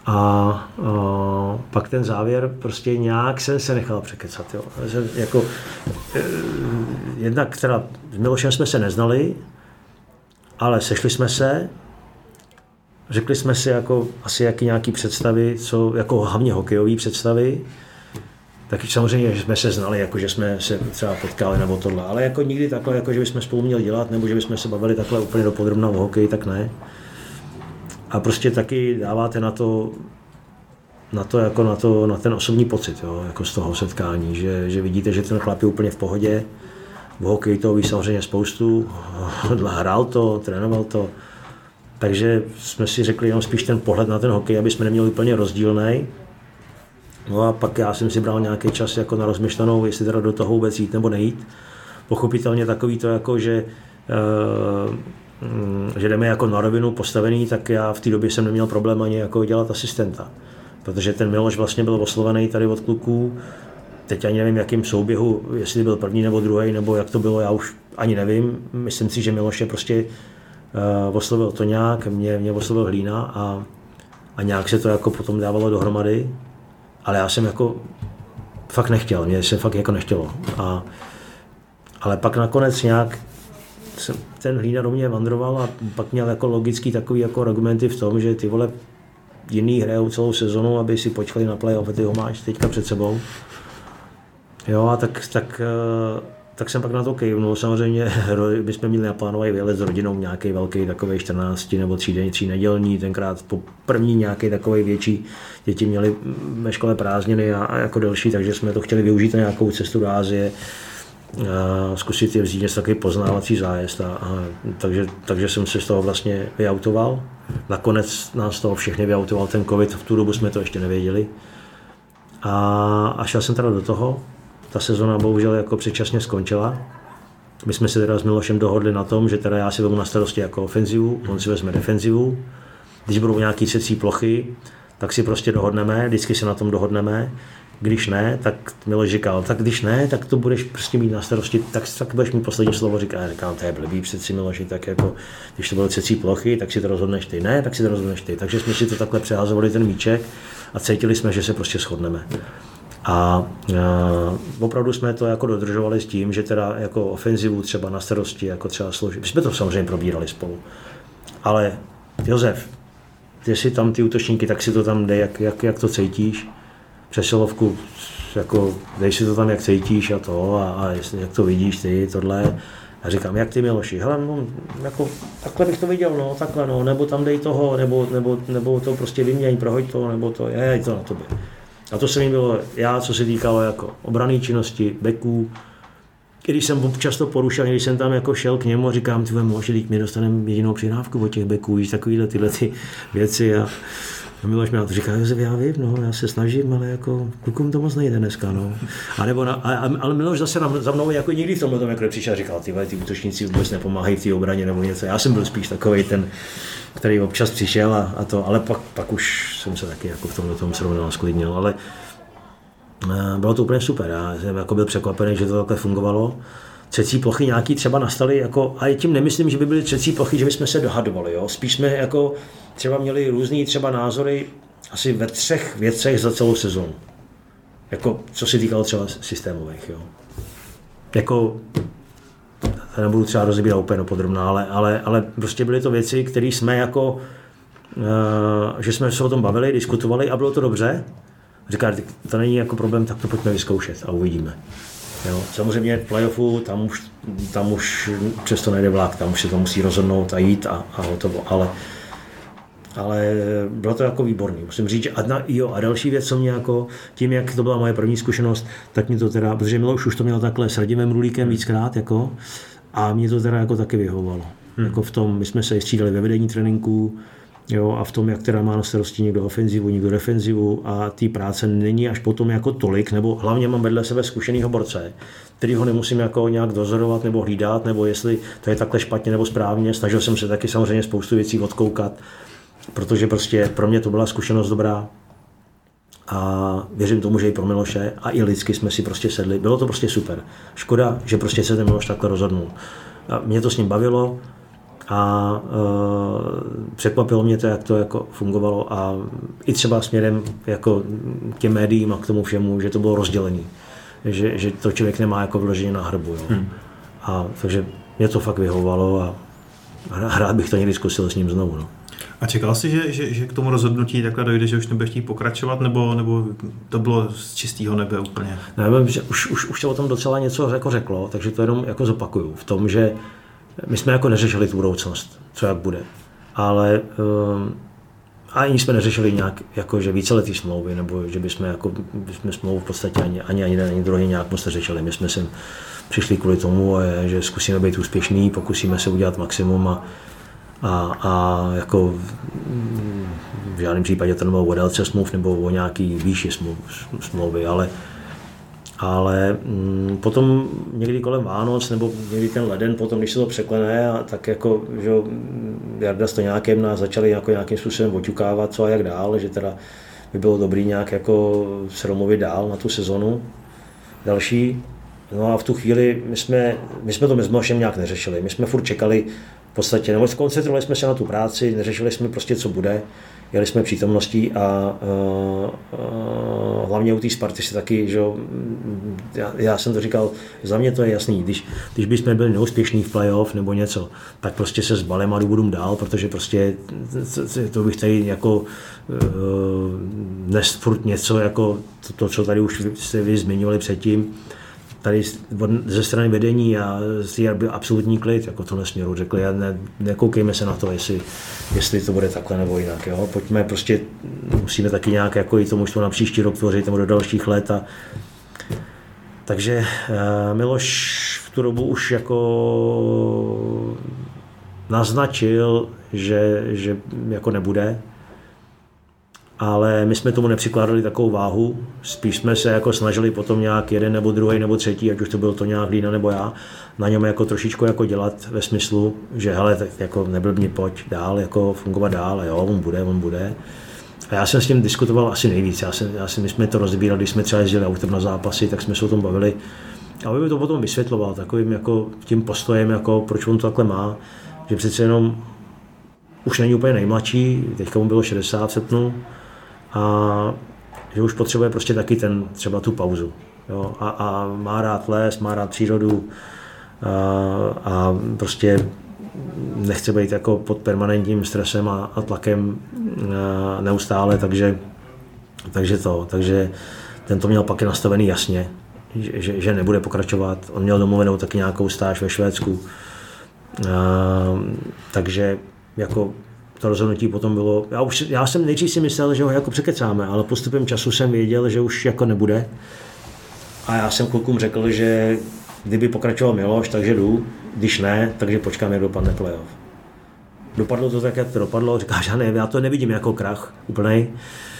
A, a pak ten závěr, prostě nějak jsem se nechal překecat. Jo. Jako, jednak teda s Milošem jsme se neznali, ale sešli jsme se, řekli jsme si jako asi jaký nějaký představy, co, jako hlavně hokejové představy. Taky samozřejmě, že jsme se znali, jako že jsme se třeba potkali nebo tohle, ale jako nikdy takhle, jako že bychom spolu měli dělat, nebo že bychom se bavili takhle úplně dopodrobna o hokeji, tak ne. A prostě taky dáváte na to, na to, jako na to, na ten osobní pocit, jo, jako z toho setkání, že, že vidíte, že ten chlap je úplně v pohodě. V hokeji toho ví samozřejmě spoustu, hrál to, trénoval to. Takže jsme si řekli jenom spíš ten pohled na ten hokej, aby jsme neměli úplně rozdílný. No a pak já jsem si bral nějaký čas jako na rozmyšlenou, jestli teda do toho vůbec jít nebo nejít. Pochopitelně takový to jako, že, uh, že jdeme jako na rovinu postavený, tak já v té době jsem neměl problém ani jako dělat asistenta. Protože ten Miloš vlastně byl oslovený tady od kluků. Teď ani nevím, jakým souběhu, jestli byl první nebo druhý, nebo jak to bylo, já už ani nevím. Myslím si, že Miloš je prostě uh, oslovil to nějak, mě, mě oslovil Hlína a, a nějak se to jako potom dávalo dohromady. Ale já jsem jako fakt nechtěl, mě se fakt jako nechtělo. A, ale pak nakonec nějak jsem, ten Hlína do mě vandroval a pak měl jako logický takový jako argumenty v tom, že ty vole jiný hrajou celou sezonu, aby si počkali na playoff a ty ho máš teďka před sebou. Jo a tak, tak, tak jsem pak na to kejvnul. Samozřejmě bychom měli naplánovat výlet s rodinou nějaký velký takový čtrnáct nebo tří den, tří nedělní, tenkrát po první nějaký takový větší. Děti měly ve škole prázdniny a, a jako delší, takže jsme to chtěli využít na nějakou cestu do Asie. A zkusit je vzít něco takový poznávací zájezd. A, a, takže, takže jsem se z toho vlastně vyautoval. Nakonec nás z toho všechny vyautoval ten covid, v tu dobu jsme to ještě nevěděli. A, a šel jsem teda do toho. Ta sezona bohužel jako předčasně skončila. My jsme se teda s Milošem dohodli na tom, že teda já si vezmu na starosti jako ofenzivu, on si vezme defenzivu. Když budou nějaký secí plochy, tak si prostě dohodneme, vždycky se na tom dohodneme. Když ne, tak Miloš říkal, tak když ne, tak to budeš prostě mít na starosti, tak, tak budeš mít poslední slovo, říká, já říkám, to je blbý přeci Miloši, tak jako, když to budou secí plochy, tak si to rozhodneš ty, ne, tak si to rozhodneš ty. Takže jsme si to takhle přeházovali ten míček a cítili jsme, že se prostě shodneme. A, a opravdu jsme to jako dodržovali s tím, že teda jako ofenzivu třeba na starosti, jako třeba složit. My jsme to samozřejmě probírali spolu. Ale Josef, ty si tam ty útočníky, tak si to tam dej, jak, jak, jak to cítíš. Přesilovku, jako dej si to tam, jak cítíš a to, a, a jak to vidíš ty, tohle. A říkám, jak ty Miloši, hele, no, jako, takhle bych to viděl, no, takhle, no, nebo tam dej toho, nebo, nebo, nebo to prostě vyměň, prohoď to, nebo to, je, je to na tobě. A to se mi bylo já, co se týkalo jako obranné činnosti, beků. Když jsem občas to porušil, když jsem tam jako šel k němu a říkám, ty Miloši, teď my dostaneme jedinou přihrávku od těch beků, víš, takovýhle tyhle ty věci. A Miloš mi na to říká, Josef, já vím, no, já se snažím, ale jako klukům to moc nejde dneska, no. A nebo na, a, ale Miloš zase na, za mnou jako nikdy v tomhle tom jako přišel a říkal, ty ty útočníci vůbec nepomáhají v té obraně nebo něco. Já jsem byl spíš takovej ten, který občas přišel a, a to, ale pak, pak už jsem se taky jako v tomhle tom srovnal, sklidnil, ale bylo to úplně super. Já jsem jako byl překvapený, že to takhle fungovalo. Třecí plochy nějaký třeba nastaly, jako, a tím nemyslím, že by byly třecí plochy, že bychom se dohadovali. Jo? Spíš jsme jako třeba měli různý třeba názory asi ve třech věcech za celou sezonu. Jako, co se týkalo třeba systémových. Jo? Jako, nebudu třeba rozebírat úplně podrobná, ale, ale, ale prostě byly to věci, které jsme jako, uh, že jsme se o tom bavili, diskutovali a bylo to dobře. Říká, to není jako problém, tak to pojďme vyzkoušet a uvidíme. Jo. Samozřejmě v playoffu, tam už, tam už přesto nejde vlak, tam už se to musí rozhodnout a jít a, a hotovo, ale, ale bylo to jako výborný, musím říct, a, na, jo, a další věc, co mě jako, tím, jak to byla moje první zkušenost, tak mě to teda, protože Miloš už to měl takhle s Radimem Rulíkem víckrát, jako, a mě to teda jako taky vyhovovalo. Hmm. Jako v tom, my jsme se střídali ve vedení tréninků, jo, a v tom, jak teda má na starosti někdo ofenzivu, někdo defenzivu a té práce není až potom jako tolik, nebo hlavně mám vedle sebe zkušenýho borce, který ho nemusím jako nějak dozorovat nebo hlídat, nebo jestli to je takhle špatně nebo správně. Snažil jsem se taky samozřejmě spoustu věcí odkoukat, protože prostě pro mě to byla zkušenost dobrá a věřím tomu, že i pro Miloše a i lidsky jsme si prostě sedli. Bylo to prostě super. Škoda, že prostě se ten Miloš takhle rozhodnul. A mě to s ním bavilo, A uh, překvapilo mě to, jak to jako fungovalo a i třeba směrem jako k těm médiím a k tomu všemu, že to bylo rozdělené. Že, že to člověk nemá jako vloženě na hrbu. Jo. Hmm. A takže mě to fakt vyhovovalo a rád bych to někdy zkusil s ním znovu. No. A čekal jsi, že, že, že k tomu rozhodnutí takhle dojde, že už nebudeš chtít pokračovat, nebo, nebo to bylo z čistého nebe úplně? Nevím, že už, už, už se o tom docela něco jako řeklo, takže to jenom jako zopakuju. V tom, že my jsme jako neřešili tu budoucnost, co jak bude. Ale um, ani jsme neřešili nějak jako, že víceletý smlouvy, nebo že bychom, jako, bychom smlouvu v podstatě ani, ani, ani, ani druhý nějak moc neřešili. My jsme sem přišli kvůli tomu, že zkusíme být úspěšní, pokusíme se udělat maximum a A, a jako v žádném případě to nebylo o délce smluv nebo o nějaký výši smluv, smlouvy, ale, ale m, potom někdy kolem Vánoc nebo někdy ten leden, potom když se to překlene, a tak jako, že Jarda s Toňákem nás začali jako nějakým způsobem oťukávat, co a jak dál, že teda by bylo dobrý nějak jako se domluvit dál na tu sezonu další. No a v tu chvíli my jsme, my jsme to mezi Milošem nějak neřešili, my jsme furt čekali v podstatě, nebo koncentrovali jsme se na tu práci, neřešili jsme prostě, co bude, jeli jsme přítomností a, a, a hlavně u té Sparty si taky, že já, já jsem to říkal, za mě to je jasný, když, když bychom byli neúspěšní v playoff nebo něco, tak prostě se zbalím a budeme dál, protože prostě to bych tady jako dnes furt něco jako to, to co tady už jste vy zmiňovali předtím, tady ze strany vedení a byl absolutní klid jako v tomhle směru. Řekli, ne, nekoukejme se na to, jestli, jestli to bude takhle nebo jinak. Jo? Pojďme prostě, musíme taky nějak jako i to mužstvo na příští rok tvořit nebo do dalších let. A... Takže uh, Miloš v tu dobu už jako naznačil, že, že jako nebude. Ale my jsme tomu nepřikládali takovou váhu, spíš jsme se jako snažili potom nějak jeden nebo druhý nebo třetí, ať už to byl to nějak Lína nebo já, na něm jako trošičku jako dělat ve smyslu, že hele, tak jako neblbni, pojď dál, jako fungovat dál, a jo, on bude, on bude. A já jsem s tím diskutoval asi nejvíc, já jsem, já jsem, my jsme to rozbírali, když jsme třeba jezdili autem na zápasy, tak jsme se o tom bavili. A on mi to potom vysvětloval takovým jako tím postojem, jako proč on to takhle má, že přece jenom už není úplně nejmladší, teďka mu bylo šedesát v srpnu, a že už potřebuje prostě taky ten, třeba tu pauzu. Jo? A, a má rád les, má rád přírodu a, a prostě nechce být jako pod permanentním stresem a, a tlakem a neustále, takže, takže to, takže ten to měl pak nastavený jasně, že, že, že nebude pokračovat. On měl domluvenou taky nějakou stáž ve Švédsku, a, takže jako to rozhodnutí potom bylo, já, už, já jsem nejdřív si myslel, že ho jako překecáme, ale postupem času jsem věděl, že už jako nebude. A já jsem klukům řekl, že kdyby pokračoval Miloš, takže jdu, když ne, takže počkám, jak dopadne playoff. Dopadlo to tak, jak to dopadlo, říká, že ne, já to nevidím jako krach úplnej,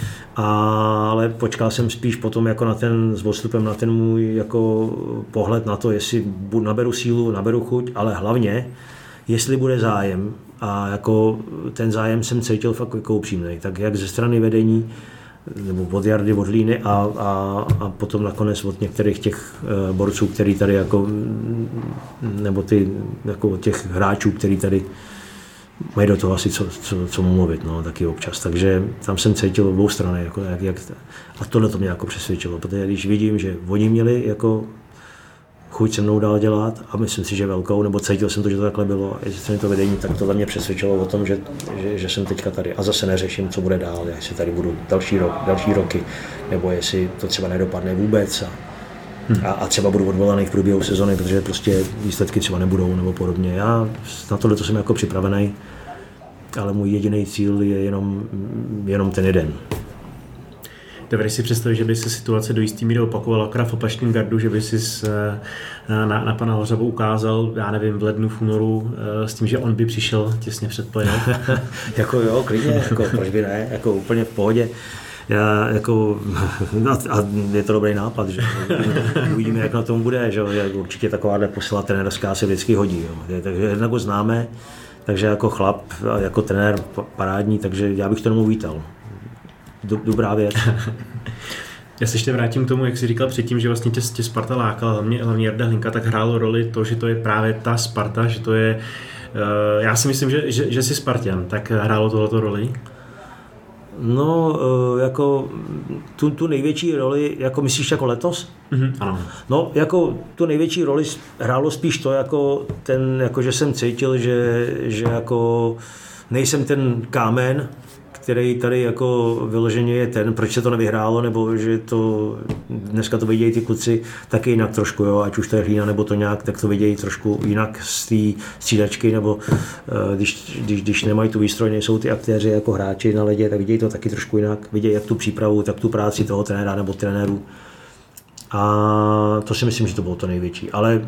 ale počkal jsem spíš potom jako na ten, s odstupem na ten můj jako pohled na to, jestli naberu sílu, naberu chuť, ale hlavně, jestli bude zájem. A jako ten zájem jsem cítil fakt jako upřímnej, tak jak ze strany vedení, nebo od Jardy, od Líny a, a, a potom nakonec od některých těch uh, borců, který tady jako, nebo ty, jako těch hráčů, který tady mají do toho asi co, co, co mu mluvit, no, taky občas. Takže tam jsem cítil obou strany, jako, jak, jak, a tohle to mě jako přesvědčilo, protože když vidím, že oni měli jako chuť se mnou dál dělat a myslím si, že velkou, nebo cítil jsem to, že to takhle bylo, a jestli to vedení, tak tohle mě přesvědčilo o tom, že, že, že jsem teďka tady a zase neřeším, co bude dál, jestli tady budu další rok, další roky, nebo jestli to třeba nedopadne vůbec a, hmm. a, a třeba budu odvolaný v průběhu sezony, protože prostě výsledky třeba nebudou nebo podobně. Já na tohle to jsem jako připravený, ale můj jediný cíl je jenom, jenom ten jeden. Dovedeš si představit, že by se situace do jistý míry opakovala akorát v opačném gardu, že by si na, na, na pana Hořavu ukázal, já nevím, v lednu, v únoru, s tím, že on by přišel těsně před playoff? Jako jo, klidně, jako, proč by ne, jako úplně v pohodě. Já, jako, a je to dobrý nápad, že uvidíme, jak na tom bude, že určitě takováhle posila trenérská se vždycky hodí, jo. Takže jednak ho známe, takže jako chlap, jako trenér parádní, takže já bych to tomu vítal. Dobrá věc. Já se ještě vrátím k tomu, jak jsi říkal předtím, že vlastně tě, tě Sparta lákala, hlavně, hlavně Jarda Hlinka, tak hrálo roli to, že to je právě ta Sparta, že to je Já si myslím, že, že, že jsi Spartan, tak hrálo tohleto roli? No, jako tu, tu největší roli, jako myslíš jako letos? Mm-hmm, ano. No, jako tu největší roli hrálo spíš to, jako ten, jako že jsem cítil, že, že jako nejsem ten kámen, který tady jako vyloženě je ten, proč se to nevyhrálo, nebo že to, dneska to vidějí ty kluci taky jinak trošku, jo, ať už to je Hlína nebo to nějak, tak to vidějí trošku jinak z té střídačky, nebo když, když, když nemají tu výstroj, nejsou ty aktéři jako hráči na ledě, tak vidějí to taky trošku jinak, vidějí jak tu přípravu, tak tu práci toho trenéra nebo trenérů. A to si myslím, že to bylo to největší, ale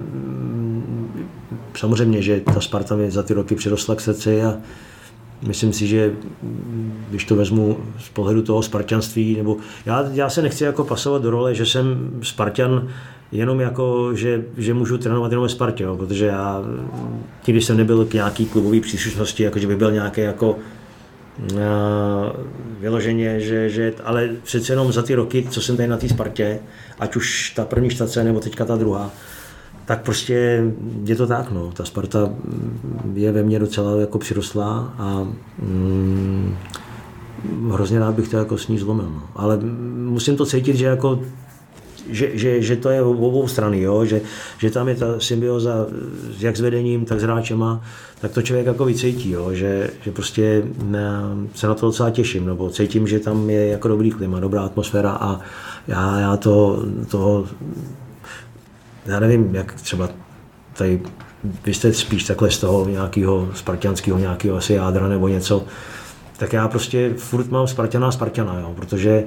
samozřejmě, že ta Sparta mi za ty roky přirostla k srdci a myslím si, že když to vezmu z pohledu toho spartanství, nebo já, já se nechci jako pasovat do role, že jsem Spartan jenom jako, že, že můžu trénovat jenom ve Spartě, jo, protože já když jsem nebyl k nějaký klubový příslušnosti, jako že by byl nějaký jako uh, vyloženě, že, že, ale přece jenom za ty roky, co jsem tady na té Spartě, ať už ta první štace nebo teďka ta druhá, tak prostě je to tak, no. Ta Sparta je ve mně docela jako přirostlá a mm, hrozně rád bych to jako s ní zlomil, no. Ale musím to cítit, že jako že, že, že to je obou strany, jo? Že, že tam je ta symbioza jak s vedením, tak s hráčema, tak to člověk jako vycítí, jo? Že, že prostě se na to docela těším, nebo cítím, že tam je jako dobrý klima, dobrá atmosféra a já, já to, toho já nevím, jak třeba tady, vy jste spíš takhle z toho nějakého spartanského nějakého asi jádra nebo něco, tak já prostě furt mám Spartana a Spartana, jo, protože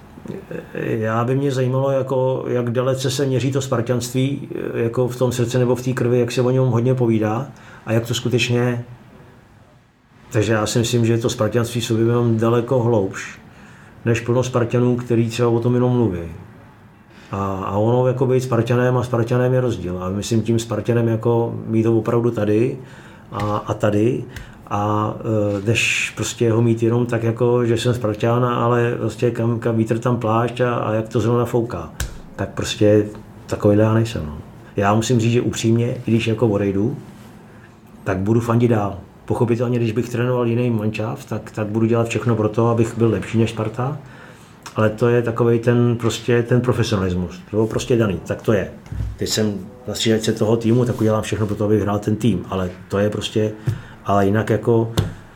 já by mě zajímalo, jako, jak dalece se měří to spartanství jako v tom srdci nebo v té krvi, jak se o něm hodně povídá a jak to skutečně. Takže já si myslím, že to spartanství v sobě mám daleko hloubš než plno Spartanů, který třeba o tom jenom mluví. A, a ono jako být Spartanem a Spartanem je rozdíl. A myslím tím Spartanem jako mít to opravdu tady a, a tady. A než prostě ho mít jenom tak jako, že jsem Spartan, ale prostě kam, kam vítr tam plášť a, a jak to zrovna fouká. Tak prostě takovýhle já nejsem. No. Já musím říct, že upřímně, i když jako odejdu, tak budu fandit dál. Pochopitelně, když bych trénoval jiný mančáv, tak, tak budu dělat všechno pro to, abych byl lepší než Sparta. Ale to je takovej ten, prostě, ten profesionalismus. To bylo prostě daný, tak to je. Teď jsem na střídačce toho týmu, tak udělám všechno pro to, abych hrál ten tým. Ale to je prostě, ale jinak jako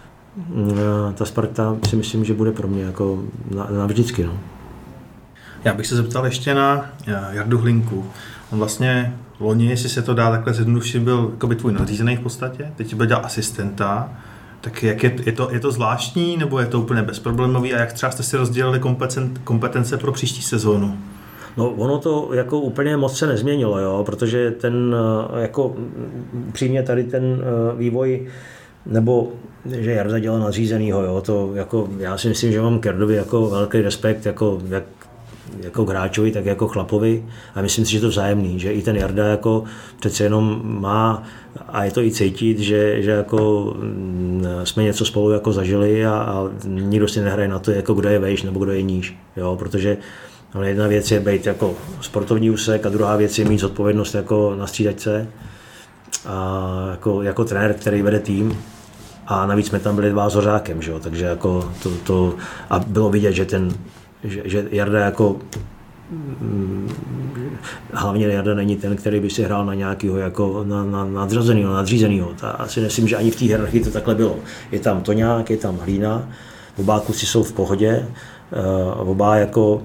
ta Sparta si myslím, že bude pro mě jako navždycky. No. Já bych se zeptal ještě na Jardu Hlinku. On vlastně loni, jestli se to dá takhle zjednodušit, byl jako by tvůj nadřízený v podstatě, teď byl dělal asistenta. Tak jak je, je, to, je to zvláštní, nebo je to úplně bezproblémový a jak třeba jste si rozdělili kompetence pro příští sezónu? No ono to jako úplně moc se nezměnilo, jo, protože ten jako přímě tady ten vývoj, nebo že Jarda dělal nadřízenýho, jo, to jako já si myslím, že mám k Jardovi jako velký respekt, jako jak jako k hráčovi, tak jako chlapovi a myslím si, že to vzájemný, že i ten Jarda jako přece jenom má a je to i cítit, že, že jako jsme něco spolu jako zažili a, a nikdo si nehraje na to, jako kdo je vejš nebo kdo je níž, jo, protože jedna věc je být jako sportovní úsek a druhá věc je mít zodpovědnost jako na střídačce a jako, jako trenér, který vede tým. A navíc jsme tam byli dva s Hořákem, že jo? Takže jako to, to a bylo vidět, že ten že, že Jarda jako hm, hlavně Jarda není ten, který by si hrál na nějakého jako na, na nadřazenýho, nadřízenýho. Já si myslím, že ani v té hierarchii to takhle bylo. Je tam Toňák, je tam Hlína, oba kluci jsou v pohodě, uh, oba jako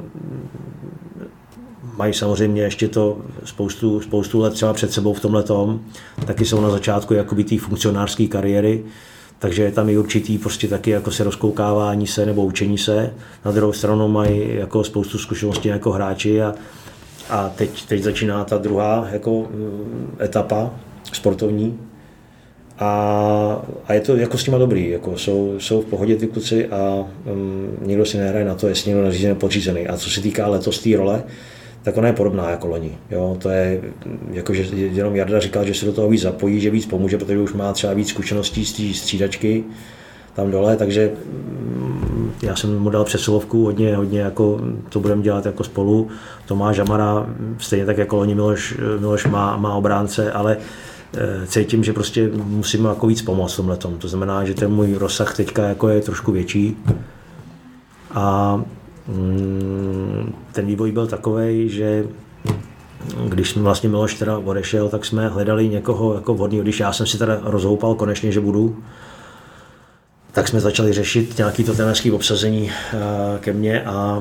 mají samozřejmě ještě to spoustu, spoustu let třeba před sebou v tomhletom, taky jsou na začátku jakoby té funkcionářské kariéry, takže je tam i určitý prostě taky jako se rozkoukávání se nebo učení se. Na druhou stranu mají jako spoustu zkušeností jako hráči a, a teď, teď začíná ta druhá jako etapa sportovní a, a je to jako s nima dobrý, jako jsou, jsou v pohodě ty kluci a um, nikdo si nehraje na to, jestli někdo nařízený podřízený. A co se týká letos té role, tak ona je podobná jako loni. Jo, to je, jako, že jenom Jarda říkal, že se do toho víc zapojí, že víc pomůže, protože už má třeba víc zkušeností z té střídačky tam dole, takže já jsem mu dal přesilovku, hodně, hodně jako to budeme dělat jako spolu. Tomáš Amara, stejně tak jako loni Miloš, Miloš má, má obránce, ale cítím, že prostě musím jako víc pomoct v tomhletom. To znamená, že ten můj rozsah teďka jako je trošku větší. A mm, ten vývoj byl takovej, že když jsme vlastně Miloš teda odešel, tak jsme hledali někoho jako vhodného. Když já jsem si teda rozhoupal konečně, že budu, tak jsme začali řešit nějaký to trenerský obsazení ke mně a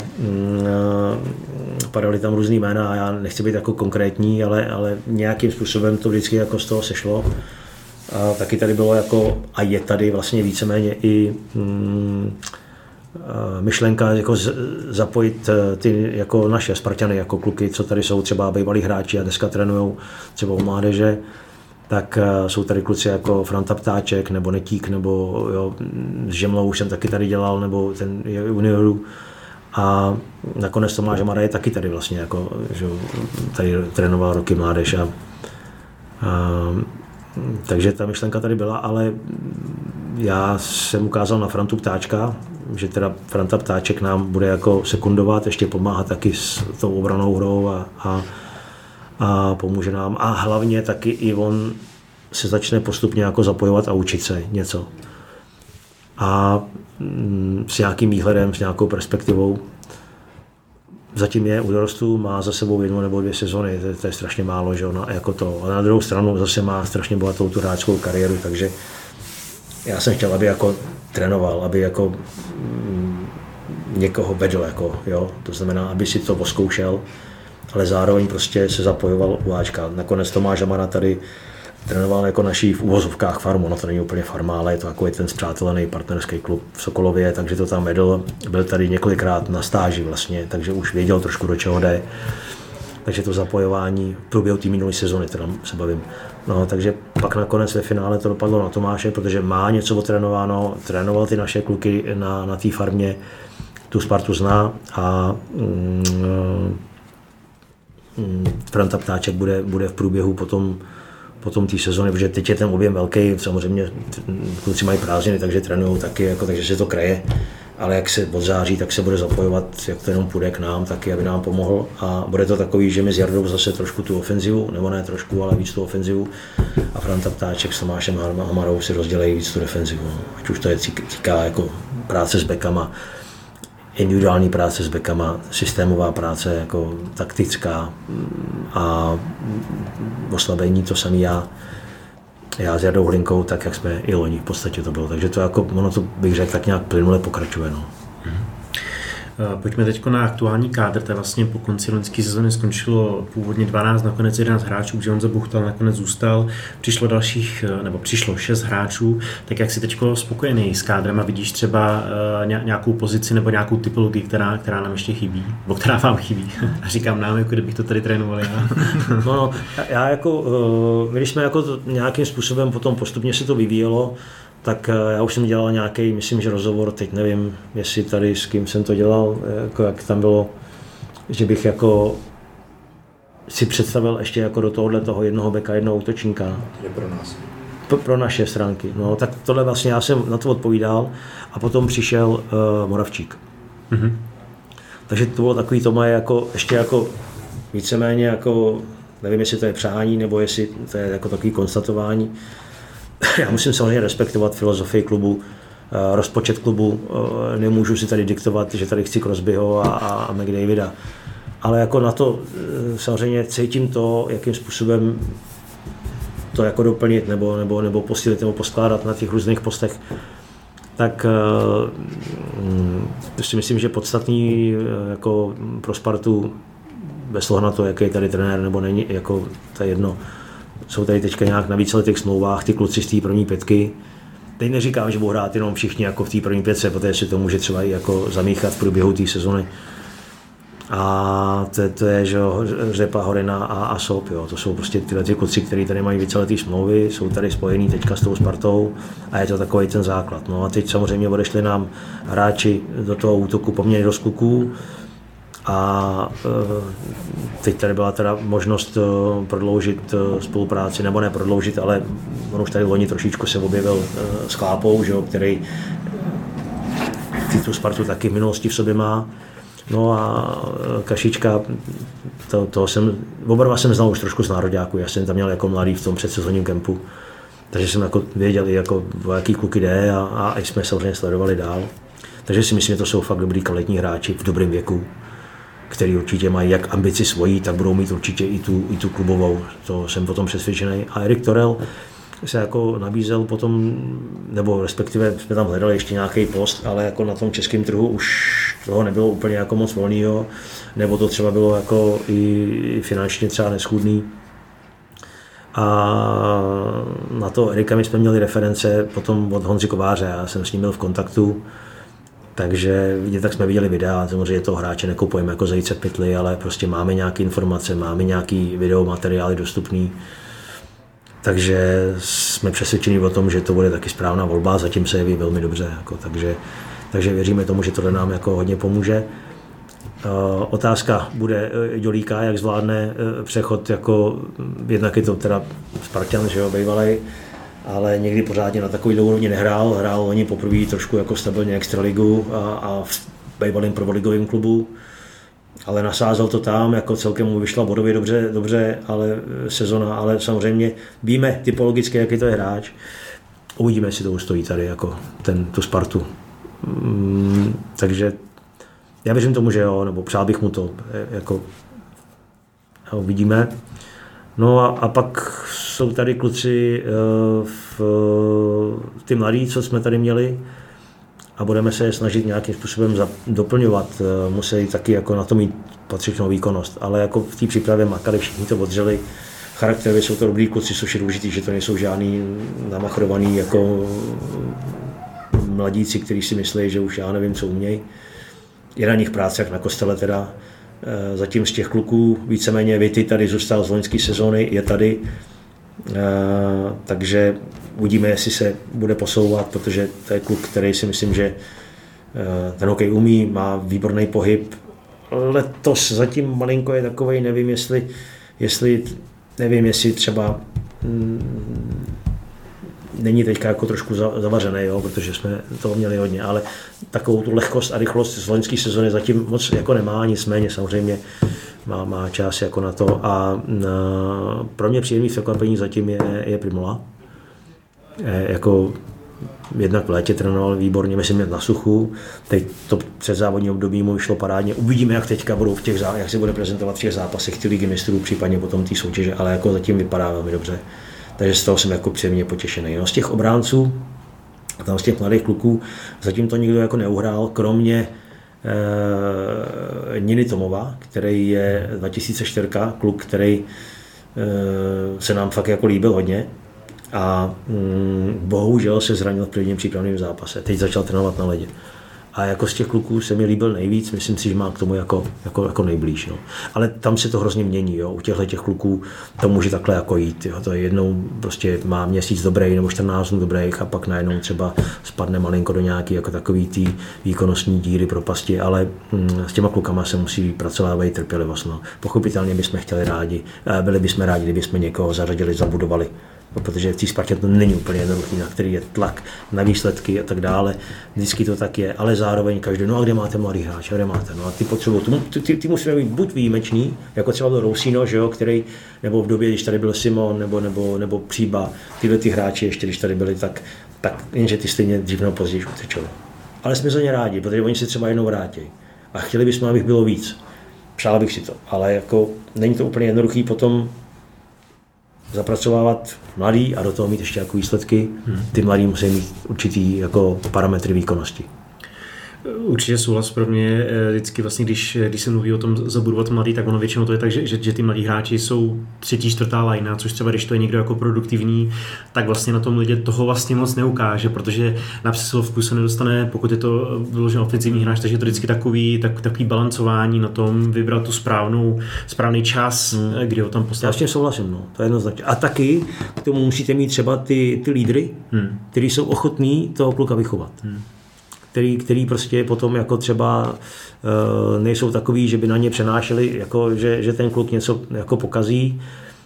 padaly tam různý jména a já nechci být jako konkrétní, ale, ale nějakým způsobem to vždycky jako z toho sešlo. A taky tady bylo jako, a je tady vlastně víceméně i mm, myšlenka jako z, zapojit ty jako naše Spartany, jako kluky, co tady jsou třeba bývalí hráči a dneska trénujou třeba u mládeže, tak jsou tady kluci jako Franta Ptáček nebo Netík, nebo jo, s Žemlou už jsem taky tady dělal, nebo ten juniorů. A nakonec Tomáš Hamara je taky tady vlastně, jako, že tady trénoval roky mládež. A, a, takže ta myšlenka tady byla, ale já jsem ukázal na Frantu Ptáčka, že teda Franta Ptáček nám bude jako sekundovat, ještě pomáhat taky s tou obranou hrou a, a a pomůže nám. A hlavně taky i on se začne postupně jako zapojovat a učit se něco. A mm, s nějakým výhledem, s nějakou perspektivou. Zatím je u dorostu, má za sebou jednu nebo dvě sezony, to, to je strašně málo, že ona jako to. A na druhou stranu zase má strašně bohatou tu hráčskou kariéru, takže já jsem chtěl, aby jako trénoval, aby jako mm, někoho vedl, jako, jo. To znamená, aby si to oskoušel, ale zároveň prostě se zapojoval u Ačka. Nakonec Tomáš Hamara tady trénoval jako naší v uvozovkách farmu, no to není úplně farma, ale je to jako ten spřátelený partnerský klub v Sokolově, takže to tam vedl, byl tady několikrát na stáži vlastně, takže už věděl trošku, do čeho jde. Takže to zapojování v průběhu té minulé sezony, teda se bavím. No, takže pak nakonec ve finále to dopadlo na Tomáše, protože má něco otrénováno, trénoval ty naše kluky na, na té farmě, tu Spartu zná a mm, Franta Ptáček bude, bude v průběhu potom, potom té sezony, protože teď je ten objem velký, samozřejmě kluci mají prázdniny, takže trénují taky, jako, takže se to kraje, ale jak se od září, tak se bude zapojovat, jak to jenom půjde k nám, taky, aby nám pomohl a bude to takový, že my s Jardou zase trošku tu ofenzivu, nebo ne trošku, ale víc tu ofenzivu a Franta Ptáček s Tomášem Hamarou si rozdělají víc tu defenzivu, ať už to je týká jako práce s bekama, individuální práce s bekama, systémová práce jako taktická a oslabení to samý já. Já s Jardou Hlinkou, tak jak jsme i loni v podstatě to bylo. Takže to jako, ono to bych řekl, tak nějak plynule pokračuje. No. Pojďme teď na aktuální kádr, to vlastně po konci loňské sezóny skončilo původně dvanáct, nakonec jedenáct hráčů, protože Honza Buchtal nakonec zůstal, přišlo dalších, nebo přišlo šest hráčů, tak jak jsi teď spokojený s kádrem a vidíš třeba nějakou pozici nebo nějakou typologii, která, která nám ještě chybí, nebo která vám chybí. A říkám nám, jako kdybych to tady trénoval já. No, no, já jako, když jsme jako to nějakým způsobem potom postupně se to vyvíjelo, tak já už jsem dělal nějaký, myslím, že rozhovor, teď nevím, jestli tady s kým jsem to dělal, jako jak tam bylo, že bych jako si představil ještě jako do tohohle toho jednoho beka, jednoho útočníka. Je pro nás. Pro, pro naše stránky. No, tak tohle vlastně já jsem na to odpovídal a potom přišel uh, Moravčík. Mm-hmm. Takže to bylo takový, to moje jako, ještě jako víceméně jako, nevím, jestli to je přání, nebo jestli to je jako takový konstatování. Já musím samozřejmě respektovat filozofii klubu, rozpočet klubu, nemůžu si tady diktovat, že tady chci Crosbyho a, a McDavida, ale jako na to samozřejmě cítím to, jakým způsobem to jako doplnit nebo, nebo, nebo posílit nebo poskládat na těch různých postech, tak to si myslím, že podstatný jako pro Spartu, bez toho na to, jaký je tady trenér nebo není, jako to je jedno. Jsou tady teďka nějak na víceletých smlouvách ty kluci z té první pětky. Teď neříkám, že budou hrát jenom všichni jako v té první pětce, protože si to může třeba i jako zamíchat v průběhu té sezony. A to, to je, že Řepa, Horina a, a Sop, jo. To jsou prostě tyhle ty kluci, kteří tady mají víceletý smlouvy, jsou tady spojení teďka s tou Spartou a je to takový ten základ. No a teď samozřejmě odešli nám hráči do toho útoku poměrně dost kluků. A teď tady byla teda možnost prodloužit spolupráci, nebo ne prodloužit, ale on už tady loni trošičku se objevil s Klápou, že jo, který tu Spartu taky v minulosti v sobě má. No a Kašička, to, to jsem, oba jsem znal už trošku z nároďáku, já jsem tam měl jako mladý v tom předsezonním kempu, takže jsem jako věděl, jako, o jaký kluky jde a, a jsme samozřejmě sledovali dál. Takže si myslím, že to jsou fakt dobrý kvalitní hráči v dobrém věku, který určitě mají jak ambici svojí, tak budou mít určitě i tu, i tu klubovou, to jsem potom přesvědčený. A Erik Torel se jako nabízel potom, nebo respektive jsme tam hledali ještě nějaký post, ale jako na tom českém trhu už toho nebylo úplně jako moc volného, nebo to třeba bylo jako i finančně třeba neschůdný. A na to Erika my jsme měli reference potom od Honzy Kováře, já jsem s ním byl v kontaktu, takže tak jsme viděli videa, samozřejmě toho hráče nekupujeme jako zajíce pytli, ale prostě máme nějaké informace, máme nějaký videomateriály dostupný. Takže jsme přesvědčeni o tom, že to bude taky správná volba, zatím se jeví velmi dobře. Jako, takže, takže věříme tomu, že to nám jako hodně pomůže. Uh, otázka bude Dělíka, jak zvládne uh, přechod, jako jednak je to teda Spartan, že jo, bejvalej, ale někdy pořádně na takový úrovni nehrál, hrál oni poprvé trošku jako stabilně extraligu a, a v bejvalém prvoligovém klubu. Ale nasázel to tam, jako celkem mu vyšla bodově dobře, dobře, ale sezona, ale samozřejmě víme typologicky, jaký to je hráč. Uvidíme, jestli to ustojí tady, jako ten, tu Spartu. Mm, takže já věřím tomu, že jo, nebo přál bych mu to, jako uvidíme. No a, a pak jsou tady kluci v, ty mladí, co jsme tady měli, a budeme se snažit nějakým způsobem doplňovat. Musí taky jako na to mít patřičnou výkonnost, ale jako v té přípravě makali, všichni to odřeli. Charakterově jsou to dobrý kluci, což je důležitý, že to nejsou žádný namachrovaný jako mladíci, kteří si myslí, že už já nevím, co umějí. Je na nich práce, jak na Kostele teda. Zatím z těch kluků víceméně Vity tady zůstal z loňské sezóny, je tady. Takže uvidíme, jestli se bude posouvat, protože to je kluk, který si myslím, že ten hokej umí, má výborný pohyb. Letos zatím malinko je takovej, nevím, jestli, jestli nevím, jestli třeba mm, není teďka jako trošku zavařený, jo, protože jsme toho měli hodně, ale takovou tu lehkost a rychlost z loňské sezóny zatím moc jako nemá, nicméně samozřejmě má, má čas jako na to a na, pro mě příjemný překvapení zatím je, je Primola. Je, jako jednak v létě trénoval výborně, myslím, na suchu, teď to předzávodní období mu vyšlo parádně, uvidíme, jak teďka budou v těch, jak se bude prezentovat v těch zápasech ty ligy mistrů, případně potom té soutěže, ale jako zatím vypadá velmi dobře. Takže z toho jsem jako příjemně potěšený. No, z těch obránců, tam z těch mladých kluků, zatím to nikdo jako neuhrál, kromě e, Niny Tomova, který je dva tisíce čtyři, kluk, který e, se nám fakt jako líbil hodně a mm, bohužel se zranil v prvním přípravném zápase. Teď začal trénovat na ledě. A jako z těch kluků se mi líbil nejvíc, myslím si, že má k tomu jako, jako, jako nejblíž. Jo. Ale tam se to hrozně mění. Jo. U těchto těch kluků to může takhle jako jít. Jo. To je jednou prostě má měsíc dobrý nebo čtrnáct dnů dobrých a pak najednou třeba spadne malinko do nějaký jako takový tý výkonnostní díry, propasti, ale hm, s těma klukama se musí pracovat trpělivost. No. Pochopitelně bychom chtěli rádi, byli bychom rádi, kdybychom někoho zařadili, zabudovali. Protože v té Spartě to není úplně jednoduchý, na který je tlak na výsledky a tak dále. Vždycky to tak je, ale zároveň každý, no a kde máte mladý hráč, kde máte, no a ty potřebují, ty, ty, ty musíme být buď výjimečný, jako třeba byl Rousino, že jo, který, nebo v době, když tady byl Simon, nebo, nebo, nebo Příba, tyhle ty hráči ještě, když tady byli, tak, tak jenže ty stejně dřív nebo později utečou. Ale jsme za ně rádi, protože oni se třeba jednou vrátí. A chtěli bychom, abych bylo víc. Přál bych si to, ale jako není to úplně jednoduchý potom zapracovávat mladý a do toho mít ještě jako výsledky. Hmm. Ty mladí musí mít určitý jako parametry výkonnosti. Určitě souhlas pro mě. Vždycky vlastně, když, když se mluví o tom zabudovat mladý, tak ono většinou to je tak, že, že, že ty mladí hráči jsou třetí, čtvrtá lajna, což třeba když to je někdo jako produktivní, tak vlastně na tom lidé toho vlastně moc neukáže, protože na přesilovku se nedostane, pokud je to vyložený ofenzivní hráč, takže je to vždycky takový, tak, takový balancování na tom, vybrat tu správnou, správný čas, hmm. kdy ho tam postavit. Já s tím souhlasím, no, to je jednoznačně. A taky k tomu musíte mít třeba ty, ty lídry, hmm. kteří jsou ochotní toho kluka vychovat. Hmm. Který, který prostě potom jako třeba uh, nejsou takový, že by na ně přenášeli, jako, že, že ten kluk něco jako pokazí,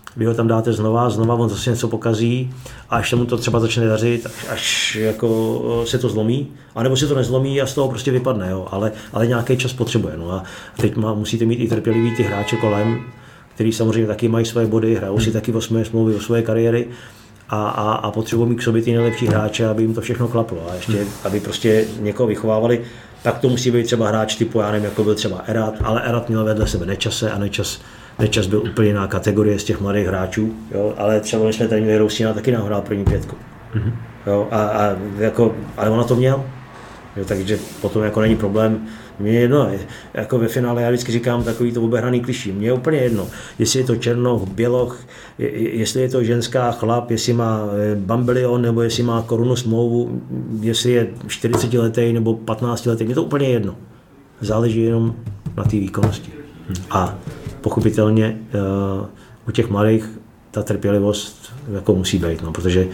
vy ho tam dáte znova, znova on zase něco pokazí a až se mu to třeba začne dařit, až, až jako se to zlomí, anebo se to nezlomí a z toho prostě vypadne, jo. Ale, ale nějaký čas potřebuje. No a teď má, musíte mít i trpělivý ty hráče kolem, který samozřejmě taky mají své body, hrajou si taky o své smlouvy, o své kariéry a, a, a potřebují mít k sobě ty nejlepší hráče, aby jim to všechno klaplo a ještě, aby prostě někoho vychovávali. Tak to musí být třeba hráč typu, já nevím, jako byl třeba Erat, ale Erat měl vedle sebe Nečase a Nečas, Nečas byl úplně jiná kategorie z těch mladých hráčů, jo, ale třeba my jsme tady měli Rousina, taky nám hrál první pětku. Mm-hmm. Jo, a, a jako, ale ona to měl, jo, takže potom jako není problém. Mně je jedno, jako ve finále já vždycky říkám takový to obehraný klišý, mně je úplně jedno, jestli je to černoch, běloch, jestli je to ženská, chlap, jestli má bambilion, nebo jestli má korunu smlouvu, jestli je čtyřicetiletý nebo patnáctiletý, mně to úplně jedno. Záleží jenom na té výkonnosti. A pochopitelně uh, u těch mladých ta trpělivost jako musí být, no, protože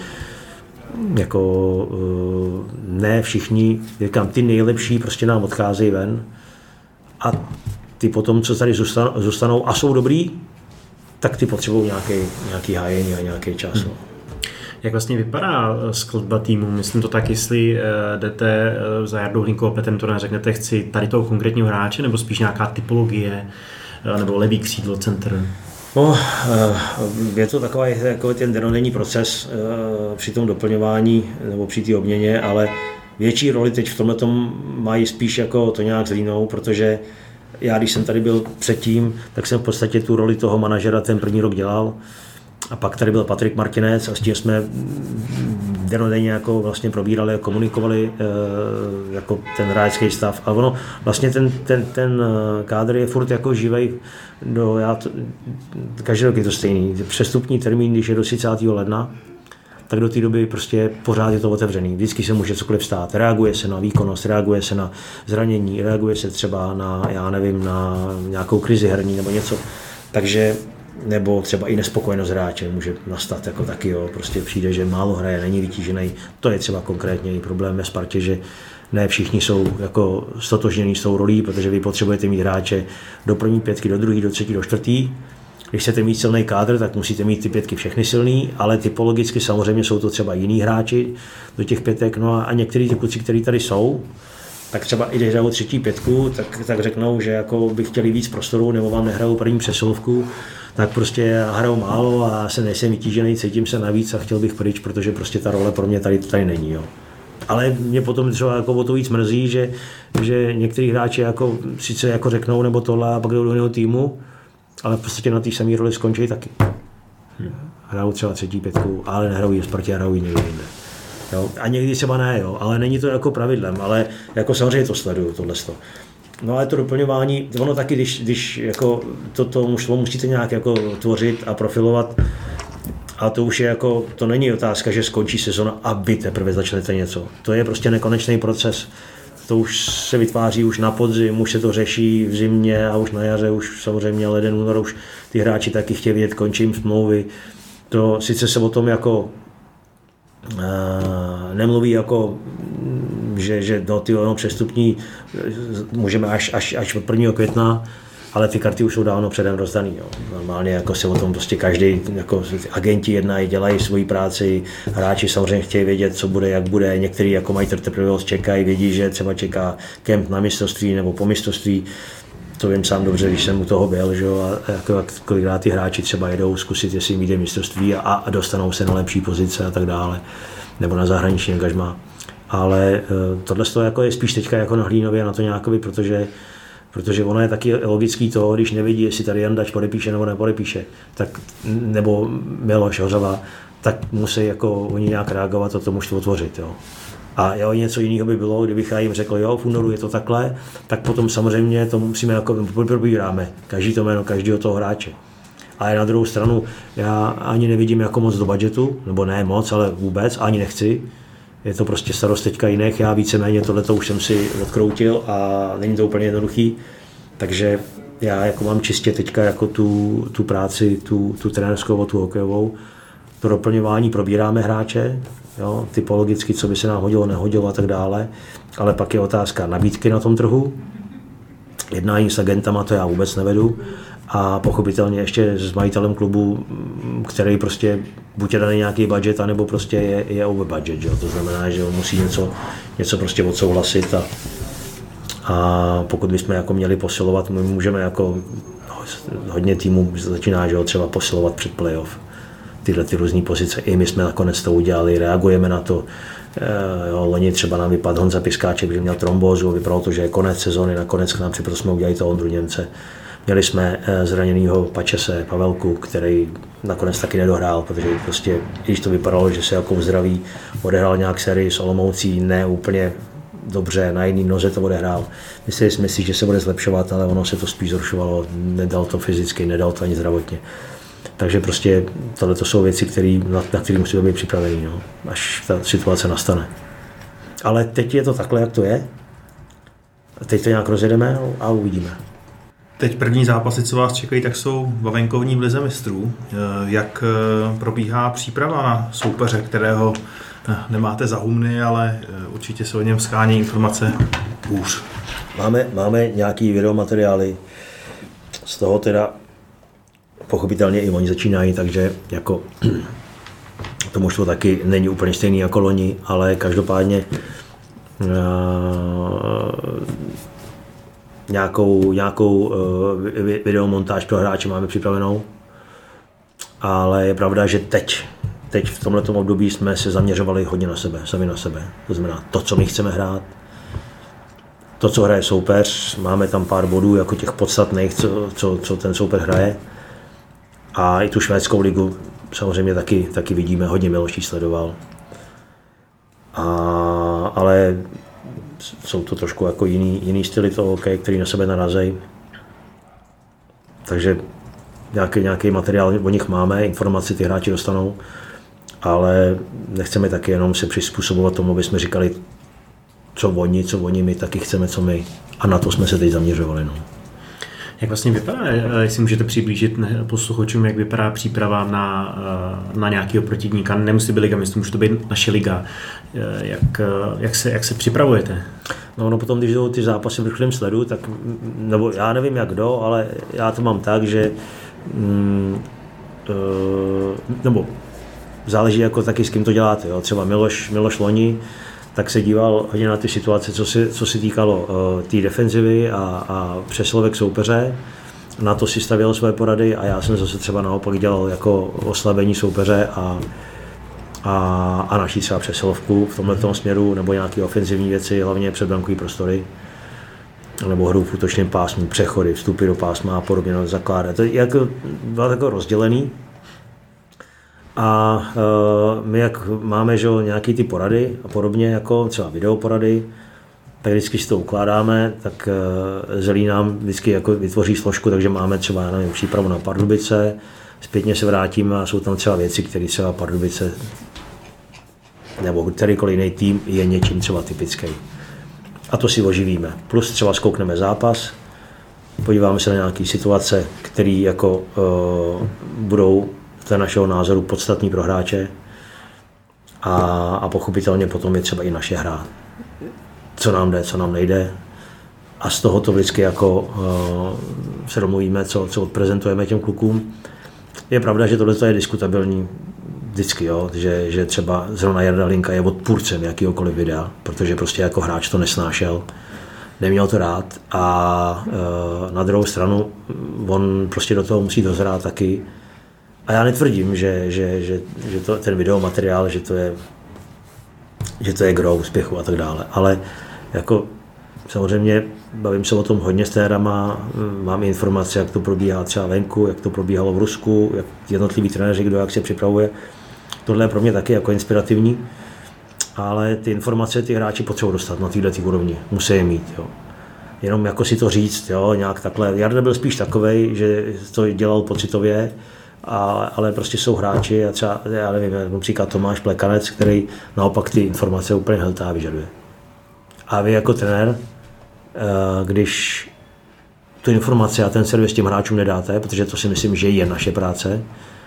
jako uh, ne všichni, říkám, ty nejlepší prostě nám odcházejí ven a ty potom, co tady zůstanou, zůstanou a jsou dobrý, tak ty potřebují nějaký, nějaký hájení a nějaký čas. Hmm. Jak vlastně vypadá skladba týmu? Myslím to tak, jestli uh, jdete uh, za Jardou Hlinkou a Petrem Tonem, řeknete, chci tady toho konkrétního hráče, nebo spíš nějaká typologie, uh, nebo levý křídlo, centr? No, je to takový jako ten denodenní proces při tom doplňování nebo při té obměně, ale větší roli teď v tomhle mají spíš jako to nějak zlínou, protože já, když jsem tady byl předtím, tak jsem v podstatě tu roli toho manažera ten první rok dělal. A pak tady byl Patrik Martinec a s tím jsme denodenně jako vlastně probírali a komunikovali jako ten hráčský stav. A ono vlastně ten, ten, ten kádr je furt jako živej. Do, já to, každý rok je to stejný. Přestupní termín, když je do třicátého ledna, tak do té doby prostě pořád je to otevřený. Vždycky se může cokoliv stát. Reaguje se na výkonnost, reaguje se na zranění, reaguje se třeba na, já nevím, na nějakou krizi herní nebo něco. Takže nebo třeba i nespokojenost hráče může nastat jako taky, jo. Prostě přijde, že málo hraje, není vytížený. To je třeba konkrétně i problém ve Spartě, že ne všichni jsou jako stotožnění s tou rolí, protože vy potřebujete mít hráče do první pětky, do druhé, do třetí, do čtvrtý. Když chcete mít silný kádr, tak musíte mít ty pětky všechny silný, ale typologicky samozřejmě jsou to třeba jiní hráči do těch pětek. No a, a některý ty kluci, kteří tady jsou, tak třeba i když hrajou třetí pětku, tak, tak řeknou, že jako by chtěli víc prostoru, nebo vám nehrajou první přesilovku, tak prostě hrajou málo a se nejsem vytížený, cítím se navíc a chtěl bych pryč, protože prostě ta role pro mě tady, tady není. Jo. Ale mě potom třeba jako o to víc mrzí, že, že některý hráči jako sice jako řeknou nebo tohle a pak jdou do jiného týmu, ale v podstatě na té samé roli skončí taky. Hm. Hrajou třeba třetí pětku, ale nehrajou ve Spartě, hrajou někde jinde. Jo. A někdy třeba ne, jo. Ale není to jako pravidlem, ale jako samozřejmě to sleduju, tohleto. No ale to doplňování, ono taky, když, když jako to, to musíte nějak jako tvořit a profilovat, a to už je jako, to není otázka, že skončí sezona a vy teprve začnete něco. To je prostě nekonečný proces. To už se vytváří už na podzim, už se to řeší v zimě a už na jaře, už samozřejmě leden, únor, už ty hráči taky chtějí vědět, končím smlouvy. To sice se o tom jako Uh, nemluví jako, že, že do ty no, přestupní můžeme až, až, až od prvního května, ale ty karty už jsou dávno předem rozdaný. Jo. Normálně jako se o tom prostě každý, jako agenti jednají, dělají svoji práci, hráči samozřejmě chtějí vědět, co bude, jak bude, někteří jako mají trpělivost, čekají, vědí, že třeba čeká kemp na mistrovství nebo po mistrovství. To vím sám dobře, když jsem u toho byl, že jo, a jako, kolikrát ty hráči třeba jedou zkusit, jestli jim vyjde mistrovství a, a dostanou se na lepší pozice a tak dále, nebo na zahraniční angažmá. Ale tohle jako je spíš teďka jako na Hlínově na to nějakovi, protože, protože ono je taky logický to, když nevidí, jestli tady Jandač podepíše nebo nepodepíše, tak, nebo Miloš Hořava, tak musí jako oni nějak reagovat a to mužstvo tvořit. Jo. A jo, něco jiného by bylo, kdybych já jim řekl, jo, v únoru je to takhle, tak potom samozřejmě to musíme jako probíráme, každý to jméno, každého toho hráče. Ale na druhou stranu, já ani nevidím jako moc do budžetu, nebo ne moc, ale vůbec, ani nechci. Je to prostě starost teďka jiných, já víceméně tohleto už jsem si odkroutil a není to úplně jednoduchý. Takže já jako mám čistě teďka jako tu, tu práci, tu, tu trenérskou, tu hokejovou. To doplňování probíráme hráče, jo, typologicky, co by se nám hodilo, nehodilo a tak dále, ale pak je otázka nabídky na tom trhu, jednání s agentama, to já vůbec nevedu, a pochopitelně ještě s majitelem klubu, který prostě buď je daný nějaký budget, anebo prostě je, je over budget, jo? To znamená, že on musí něco, něco prostě odsouhlasit a, a pokud bychom jako měli posilovat, my můžeme jako hodně týmů začíná, že jo, třeba posilovat před playoff tyhle ty různé pozice. I my jsme nakonec to udělali, reagujeme na to. E, jo, loni třeba nám vypadl Honza Piskáček, že měl trombózu, vypadalo to, že je konec sezóny, nakonec k nám připravili jsme udělali to Ondru Němce. Měli jsme zraněnýho Pačese, Pavelku, který nakonec taky nedohrál, protože prostě, když to vypadalo, že se jako zdraví, odehrál nějak sérii s Olomoucí, ne úplně dobře, na jiný noze to odehrál. Mysleli jsme si, že se bude zlepšovat, ale ono se to spíš zhoršovalo, nedal to fyzicky, nedal to ani zdravotně. Takže prostě tohle to jsou věci, který, na, na které musíme být připraveni, no, až ta situace nastane. Ale teď je to takhle, jak to je. Teď to nějak rozjedeme a uvidíme. Teď první zápasy, co vás čekají, tak jsou venkovní v Lize mistrů. Jak probíhá příprava na soupeře, kterého nemáte za humny, ale určitě se o něm schání informace hůř? Máme, máme nějaký videomateriály, z toho teda pochopitelně i oni začínají, takže jako to mužstvo taky není úplně stejný jako loni, ale každopádně uh, nějakou, nějakou uh, videomontáž pro hráče máme připravenou, ale je pravda, že teď, teď v tomto období jsme se zaměřovali hodně na sebe, sami na sebe. To znamená to, co my chceme hrát, to, co hraje soupeř, máme tam pár bodů jako těch podstatných, co, co, co ten soupeř hraje. A i tu švédskou ligu samozřejmě taky, taky vidíme, hodně Miloší sledoval. A, ale jsou to trošku jako jiný, jiný styly toho hokeje, který na sebe narazejí. Takže nějaký, nějaký materiál o nich máme, informace ty hráči dostanou, ale nechceme taky jenom se přizpůsobovat tomu, aby jsme říkali, co oni, co oni, my taky chceme, co my. A na to jsme se teď zaměřovali. No. Jak vlastně vypadá, jestli můžete přiblížit posluchačům, jak vypadá příprava na, na nějakého protivníka, nemusí být liga mistrů, může to být naše liga. Jak, jak, se, jak se připravujete? No, no potom, když jdou ty zápasy v rychlém sledu, tak, nebo já nevím jak kdo, ale já to mám tak, že mm, nebo záleží jako taky s kým to děláte. Jo. Třeba Miloš, Miloš loni, tak se díval hodně na ty situace, co se, co se týkalo uh, té tý defenzivy a, a přesilovek soupeře. Na to si stavěl své porady a já jsem zase třeba naopak dělal jako oslabení soupeře a, a, a naší třeba přesilovku v tomto směru, nebo nějaké ofenzivní věci, hlavně předbrankový prostory, nebo hru v útočném pásmu, přechody, vstupy do pásma a podobně zakládat. To je jako, bylo jako rozdělený. A uh, my jak máme že, nějaké ty porady a podobně, jako třeba videoporady, tak vždycky si to ukládáme, tak uh, Zelí nám vždycky jako vytvoří složku, takže máme třeba nevím, přípravu na Pardubice, zpětně se vrátíme a jsou tam třeba věci, které třeba Pardubice nebo kterýkoliv jiný tým je něčím třeba typický. A to si oživíme. Plus třeba zkoukneme zápas, podíváme se na nějaké situace, které jako uh, budou z našeho názoru podstatný pro hráče a, a pochopitelně potom je třeba i naše hra. Co nám jde, co nám nejde. A z toho to vždycky jako uh, se domluvíme, co, co odprezentujeme těm klukům. Je pravda, že tohle je diskutabilní vždycky, jo? Že, že třeba zrovna Jarda Linka je odpůrcem jakýhokoliv videa, protože prostě jako hráč to nesnášel, neměl to rád a uh, na druhou stranu on prostě do toho musí dozrát taky. A já netvrdím, že, že, že, že to, ten videomateriál, že to je, že to je gro úspěchu a tak dále, ale jako samozřejmě bavím se o tom hodně s térama, mám informace, jak to probíhá třeba venku, jak to probíhalo v Rusku, jak jednotliví trenéři, kdo jak se připravuje. Tohle je pro mě taky jako inspirativní, ale ty informace ty hráči potřebují dostat na této úrovni, musí je mít. Jo. Jenom jako si to říct, jo, nějak takhle. Jarda byl spíš takovej, že to dělal pocitově, A, ale prostě jsou hráči a třeba, já nevím, například Tomáš Plekanec, který naopak ty informace úplně hltá a vyžaduje. A vy jako trenér, když tu informaci a ten servis těm hráčům nedáte, protože to si myslím, že je naše práce,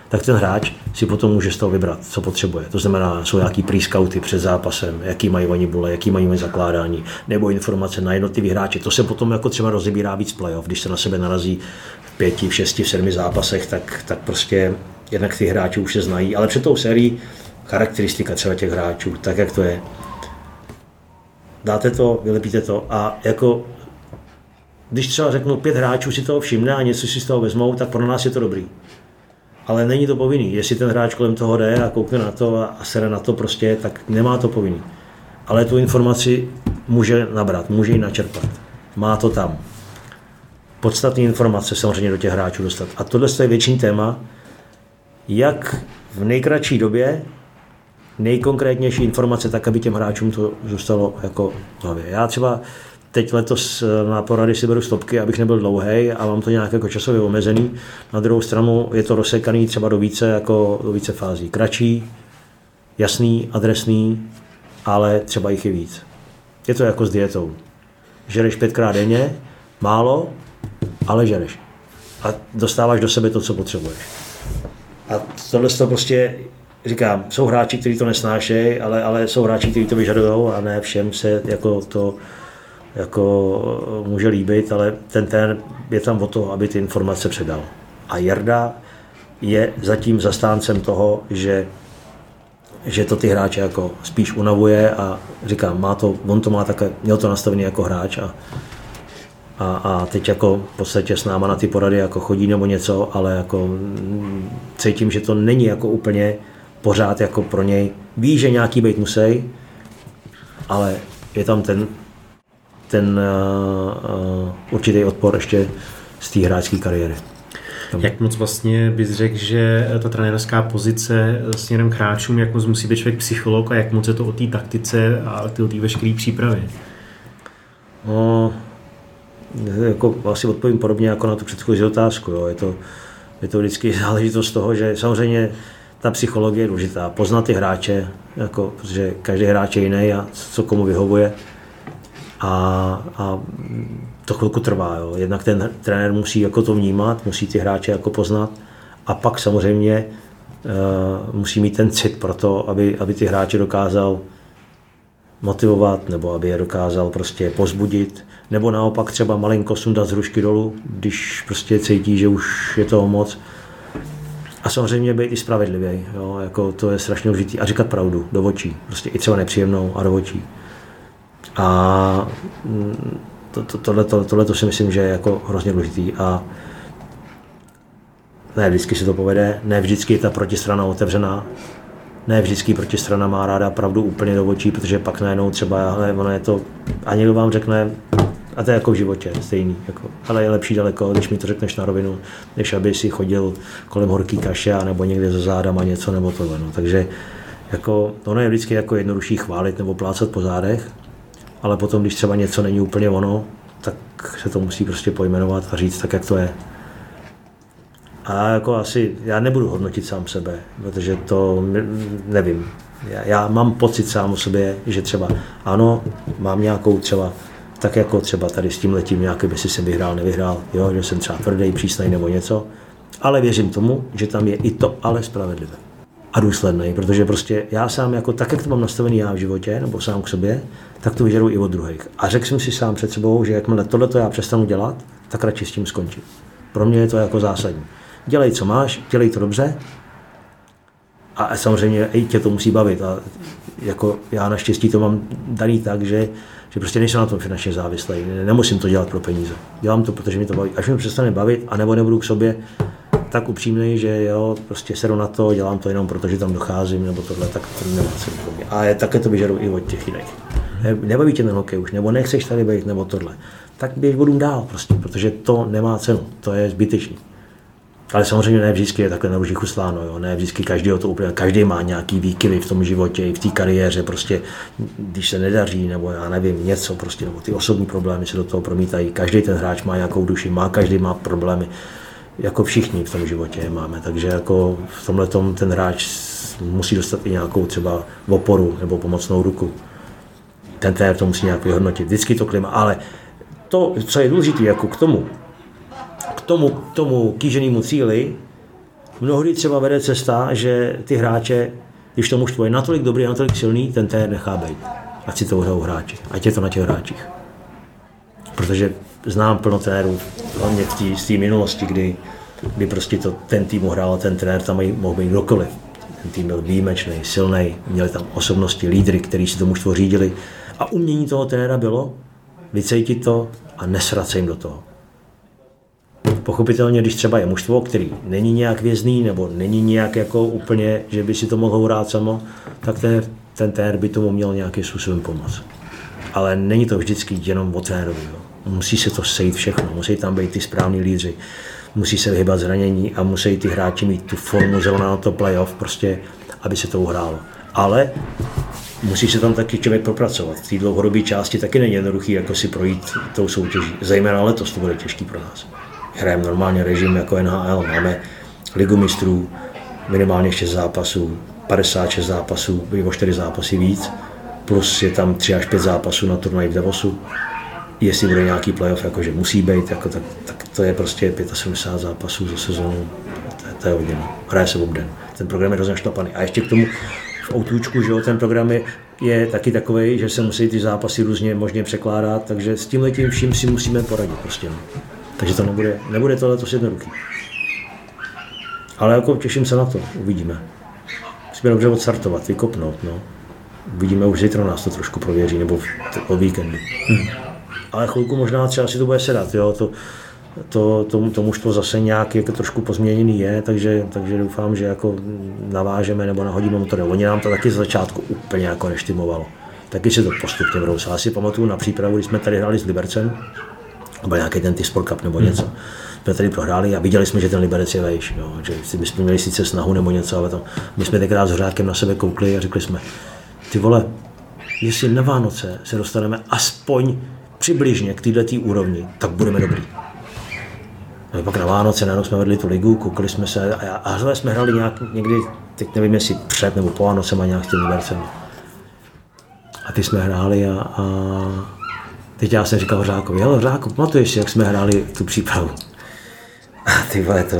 tak ten hráč si potom může z toho vybrat, co potřebuje. To znamená, jsou nějaký pre-scouty před zápasem, jaký mají oni bule, jaký mají oni zakládání, nebo informace na jednotlivý hráče. To se potom jako třeba rozebírá víc playoff, když se na sebe narazí v pěti, v šesti, v sedmi zápasech, tak, tak prostě jednak ty hráči už se znají, ale před tou sérií charakteristika třeba těch hráčů, tak jak to je. Dáte to, vylepíte to a jako když třeba řeknu pět hráčů si toho všimne a něco si z toho vezmou, tak pro nás je to dobrý. Ale není to povinný. Jestli ten hráč kolem toho jde a koukne na to a sere na to prostě, tak nemá to povinný. Ale tu informaci může nabrat, může ji načerpat. Má to tam. Podstatné informace samozřejmě do těch hráčů dostat. A tohle je větší téma, jak v nejkratší době nejkonkrétnější informace tak, aby těm hráčům to zůstalo jako v hlavě. Já třeba teď letos na porady si beru stopky, abych nebyl dlouhej a mám to nějak jako časově omezený. Na druhou stranu je to rozsekaný třeba do více, jako, do více fází. Kratší, jasný, adresný, ale třeba jich je víc. Je to jako s dietou. Žereš pětkrát denně, málo, ale žereš. A dostáváš do sebe to, co potřebuješ. A tohle to prostě, říkám, jsou hráči, kteří to nesnášejí, ale, ale jsou hráči, kteří to vyžadují a ne všem se jako to jako může líbit, ale ten ten je tam o to, aby ty informace předal. A Jarda je zatím zastáncem toho, že, že to ty hráče jako spíš unavuje a říkám, má to, on to má také, měl to nastavený jako hráč a, a, a teď jako v podstatě s náma na ty porady jako chodí nebo něco, ale jako cítím, že to není jako úplně pořád jako pro něj. Ví, že nějaký být musí, ale je tam ten ten uh, uh, určitý odpor ještě z té hráčské kariéry. Tam. Jak moc vlastně bys řekl, že ta trenérská pozice směrem k hráčům, jak moc musí být člověk psycholog a jak moc je to o té taktice a o té veškeré přípravě? No, jako asi odpovím podobně jako na tu předchozí otázku. Jo. Je, to, je to vždycky záležitost toho, že samozřejmě ta psychologie je důležitá. Poznat ty hráče, jako, protože každý hráč je jiný a co komu vyhovuje. A, a to chvilku trvá. Jo. Jednak ten trenér musí jako to vnímat, musí ty hráče jako poznat a pak samozřejmě uh, musí mít ten cit pro to, aby, aby ty hráče dokázal motivovat nebo aby je dokázal prostě pozbudit nebo naopak třeba malinko sundat z hrušky dolů, když prostě cítí, že už je toho moc. A samozřejmě být i spravedlivý. Jo. Jako to je strašně důležitý. A říkat pravdu do očí. Prostě i třeba nepříjemnou a do očí. A to, to, tohleto, tohleto si myslím, že je jako hrozně důležitý a ne vždycky se to povede, ne vždycky je ta protistrana otevřená, ne vždycky protistrana má ráda pravdu úplně do očí, protože pak najednou třeba, ale ono je to, a někdo vám řekne, a to je jako v životě stejný, jako, ale je lepší daleko, když mi to řekneš na rovinu, než aby si chodil kolem horký kaše a nebo někde za zádama něco nebo tohle. No. Takže jako, ono je vždycky jako jednodušší chválit nebo plácat po zádech, ale potom, když třeba něco není úplně ono, tak se to musí prostě pojmenovat a říct tak, jak to je. A jako asi, já nebudu hodnotit sám sebe, protože to nevím. Já, já mám pocit sám o sobě, že třeba ano, mám nějakou třeba, tak jako třeba tady s tím letím nějaký, jestli jsem vyhrál, nevyhrál, jo, že jsem třeba tvrdý, přísnej nebo něco, ale věřím tomu, že tam je i to ale spravedlivé. A důsledný, protože prostě já sám jako tak, jak to mám nastavený já v životě, nebo sám k sobě, tak to vyžaduji i od druhých. A řekl jsem si sám před sebou, že jakmile tohleto já přestanu dělat, tak radši s tím skončím. Pro mě je to jako zásadní. Dělej, co máš, dělej to dobře a samozřejmě i tě to musí bavit. A jako já naštěstí to mám daný tak, že, že prostě nejsem na tom finančně závislý. Nemusím to dělat pro peníze. Dělám to, protože mi to baví. Až mi přestane bavit, anebo nebudu k sobě tak upřímný, že jo, prostě sedu na to, dělám to jenom proto, že tam docházím, nebo tohle, tak to nemá cenu pro mě. A je, také to vyžaduji i od těch jiných. Nebaví tě ten hokej už, nebo nechceš tady být, nebo tohle. Tak běž vodům dál prostě, protože to nemá cenu, to je zbytečný. Ale samozřejmě ne vždycky je takhle na růžích usláno, jo, ne vždycky každýho to úplně, každý má nějaký výkyvy v tom životě, i v té kariéře, prostě, když se nedaří, nebo já nevím, něco prostě, nebo ty osobní problémy se do toho promítají. Každý ten hráč má nějakou duši, má, každý má problémy. Jako všichni v tom životě je máme, takže jako v tomhletom ten hráč musí dostat i nějakou třeba oporu nebo pomocnou ruku. Ten trenér to musí nějak vyhodnotit, vždycky to klima, ale to, co je důležité jako k tomu, k tomu, k tomu kýženému cíli, mnohdy třeba vede cesta, že ty hráče, když to mužstvo je natolik dobrý, natolik silný, ten trenér nechá být. Ať si to hrajou hráči, ať je to na těch hráčích. Protože znám plno trenérů, hlavně v té minulosti, kdy, kdy prostě to, ten tým hrál a ten trenér tam mohl být kdokoliv. Ten tým byl výjimečný, silný, měli tam osobnosti, lídry, kteří si to mužstvo řídili. A umění toho trenéra bylo vycejtit to a nesrat se jim do toho. Pochopitelně, když třeba je mužstvo, který není nějak vězný nebo není nějak jako úplně, že by si to mohlo hrát samo, tak ten, ten trenér by tomu měl nějakým způsobem pomoct. Ale není to vždycky jenom o trenérovi. Musí se to sejít všechno, musí tam být ty správní lídři, musí se vyhybat zranění a musí ty hráči mít tu formu zrovna na to playoff, prostě, aby se to uhrálo. Ale musí se tam taky člověk propracovat. V té dlouhodobé části taky není jednoduchý jako si projít tou soutěží. Zejména letos to bude těžký pro nás. Hrajeme normálně režim jako N H L, máme ligu mistrů, minimálně šest zápasů, padesát šest zápasů, o čtyři zápasy víc, plus je tam tři až pět zápasů na turnaji v Davosu. Jestli bude nějaký playoff, jakože musí být, jako tak, tak to je prostě sedmdesát pět zápasů za sezónu, to, to je hodně. Hraje se obden. Ten program je hrozně šlapaný. A ještě k tomu v Outůčku, že jo, ten program je, je taky takovej, že se musí ty zápasy různě možně překládat, takže s tímhletím vším si musíme poradit prostě. Takže to nebude, nebude to letos jednoduchý. Ale jako těším se na to, uvidíme. Musíme dobře odstartovat, vykopnout, no. Uvidíme, už zítra nás to trošku prověří, nebo o víkendu. Hm. Ale chvilku možná třeba si to bude sedat, jo, to, to, to, to mužstvo zase nějak jako trošku pozměněný je, takže, takže doufám, že jako navážeme nebo nahodíme motory. Oni nám to taky z začátku úplně jako neštimovalo. Taky se to postupně vrousalo. Já si pamatuju na přípravu, když jsme tady hráli s Libercem, byl nějaký ten Sport Cup nebo něco. Jsme tady prohráli a viděli jsme, že ten Liberec je vejš, jo, že my jsme měli sice snahu nebo něco, ale tam, my jsme tenkrát s Hořákem na sebe koukli a řekli jsme, ty vole, jestli na Vánoce se dostaneme aspoň přibližně k této úrovni, tak budeme dobrý. A pak na Vánoce najednou jsme vedli tu ligu, koukali jsme se a, a jsme hráli nějak někdy, teď nevím, jestli před nebo po Vánocema nějak s tím Libercem. A ty jsme hráli a, a teď já jsem říkal Hořákovi, hele Hořáku, pamatuješ si, jak jsme hráli tu přípravu? A ty vole, to,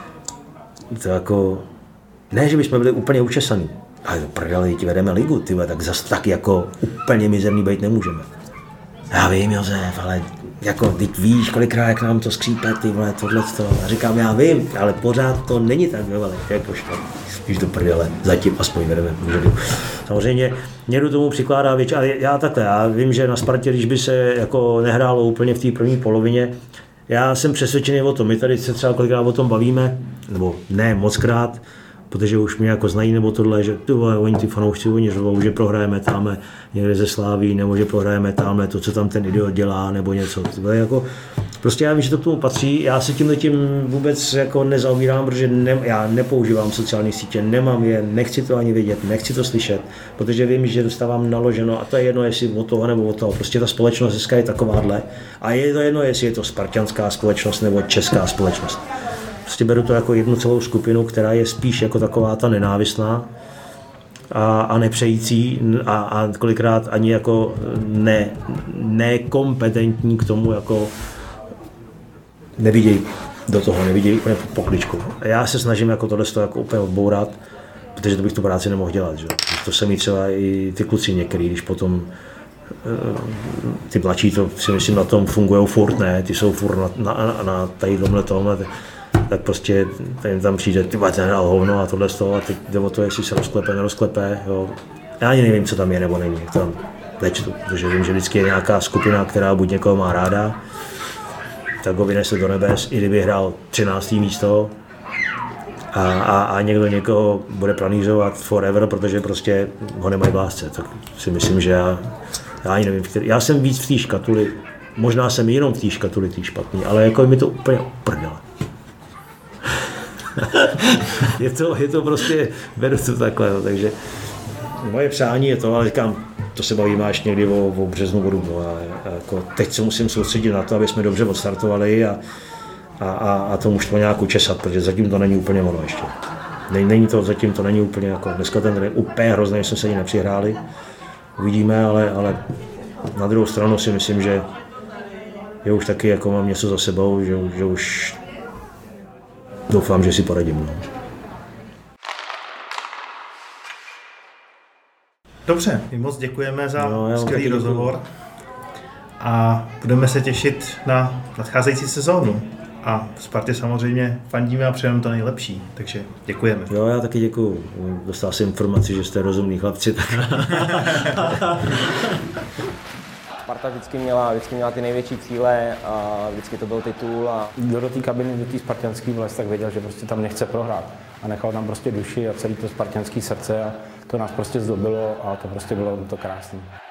to jako, ne, že bychom byli úplně učesaný, ale prdele, ti vedeme ligu, ty vole, tak zas tak jako úplně mizerný být nemůžeme. Já vím, Josef, ale jako, teď víš, kolikrát jak nám to skřípe, ty vole, tohleto. A říkám, já vím, ale pořád to není tak, vole, jakož to, spíš do prdele, zatím aspoň vedeme můžu. Samozřejmě někdo tomu přikládá větší, ale já takhle, já vím, že na Spartě, když by se jako nehrálo úplně v té první polovině, já jsem přesvědčený o tom, my tady se třeba kolikrát o tom bavíme, nebo ne mockrát, protože už mě jako znají nebo tohle, že ty vole, oni ty fanoušci, oni řvou, že prohrajeme tamhle někde ze Sláví, nebo že prohrajeme tamhle to, co tam ten idiot dělá, nebo něco. Jako, prostě já vím, že to k tomu patří, já se tímhle tím vůbec jako nezaobírám, protože ne, já nepoužívám sociální sítě, nemám je, nechci to ani vidět, nechci to slyšet, protože vím, že dostávám naloženo a to je jedno, jestli od toho nebo od toho, prostě ta společnost dneska je takováhle a je to jedno, jestli je to spartanská společnost nebo česká společnost. Prostě beru to jako jednu celou skupinu, která je spíš jako taková ta nenávistná a, a nepřející a, a kolikrát ani jako ne, nekompetentní k tomu, jako nevidějí do toho, nevidějí úplně pokličku. A já se snažím jako tohle jako úplně odbourat, protože to bych tu práci nemohl dělat. Že? To se mi třeba i ty kluci některý, když potom ty mladší, to si myslím na tom fungují furt, ne, ty jsou furt na, na, na, na tady tomhle tomhle, tak prostě ten tam přijde, ty ten hrál hovno a tohle z toho a teď jde o to, jestli se rozklepe, nerozklepe, jo. Já ani nevím, co tam je nebo není, tam nečtu, protože vím, že vždycky je nějaká skupina, která buď někoho má ráda, tak ho vynese do nebes, i kdyby hrál třinácté místo a, a, a někdo někoho bude pranířovat forever, protože prostě ho nemají v lásce, tak si myslím, že já, já ani nevím, který, já jsem víc v té škatuli, možná jsem jenom v té škatuli tý špatný, ale jako mi to úplně uprdele. je, to, je to prostě, beru to takhle, no, takže moje přání je to, ale říkám, to se bavíme až někdy o, o březnu vodu, no, a, a jako teď se musím soustředit na to, aby jsme dobře odstartovali a, a, a, a to mužstvo nějak učesat, protože zatím to není úplně ono ještě. Není to, zatím to není úplně jako, dneska ten je úplně hrozný, jsme se ani nepřihráli, uvidíme, ale, ale na druhou stranu si myslím, že já už taky jako mám něco za sebou, že, že už doufám, že si poradím. No. Dobře, my moc děkujeme za no, skvělý rozhovor a budeme se těšit na nadcházející sezónu. A Spartě samozřejmě fandíme a přejeme to nejlepší, takže děkujeme. Jo, já taky děkuju. Dostal jsem informaci, že jste rozumní chlapci. Tak... Sparta vždycky měla, vždycky měla ty největší cíle a vždycky to byl titul a kdo do té kabiny, do té spartanské vlez, tak věděl, že prostě tam nechce prohrát a nechal tam prostě duši a celý to spartanské srdce a to nás prostě zdobilo a to prostě bylo to krásné.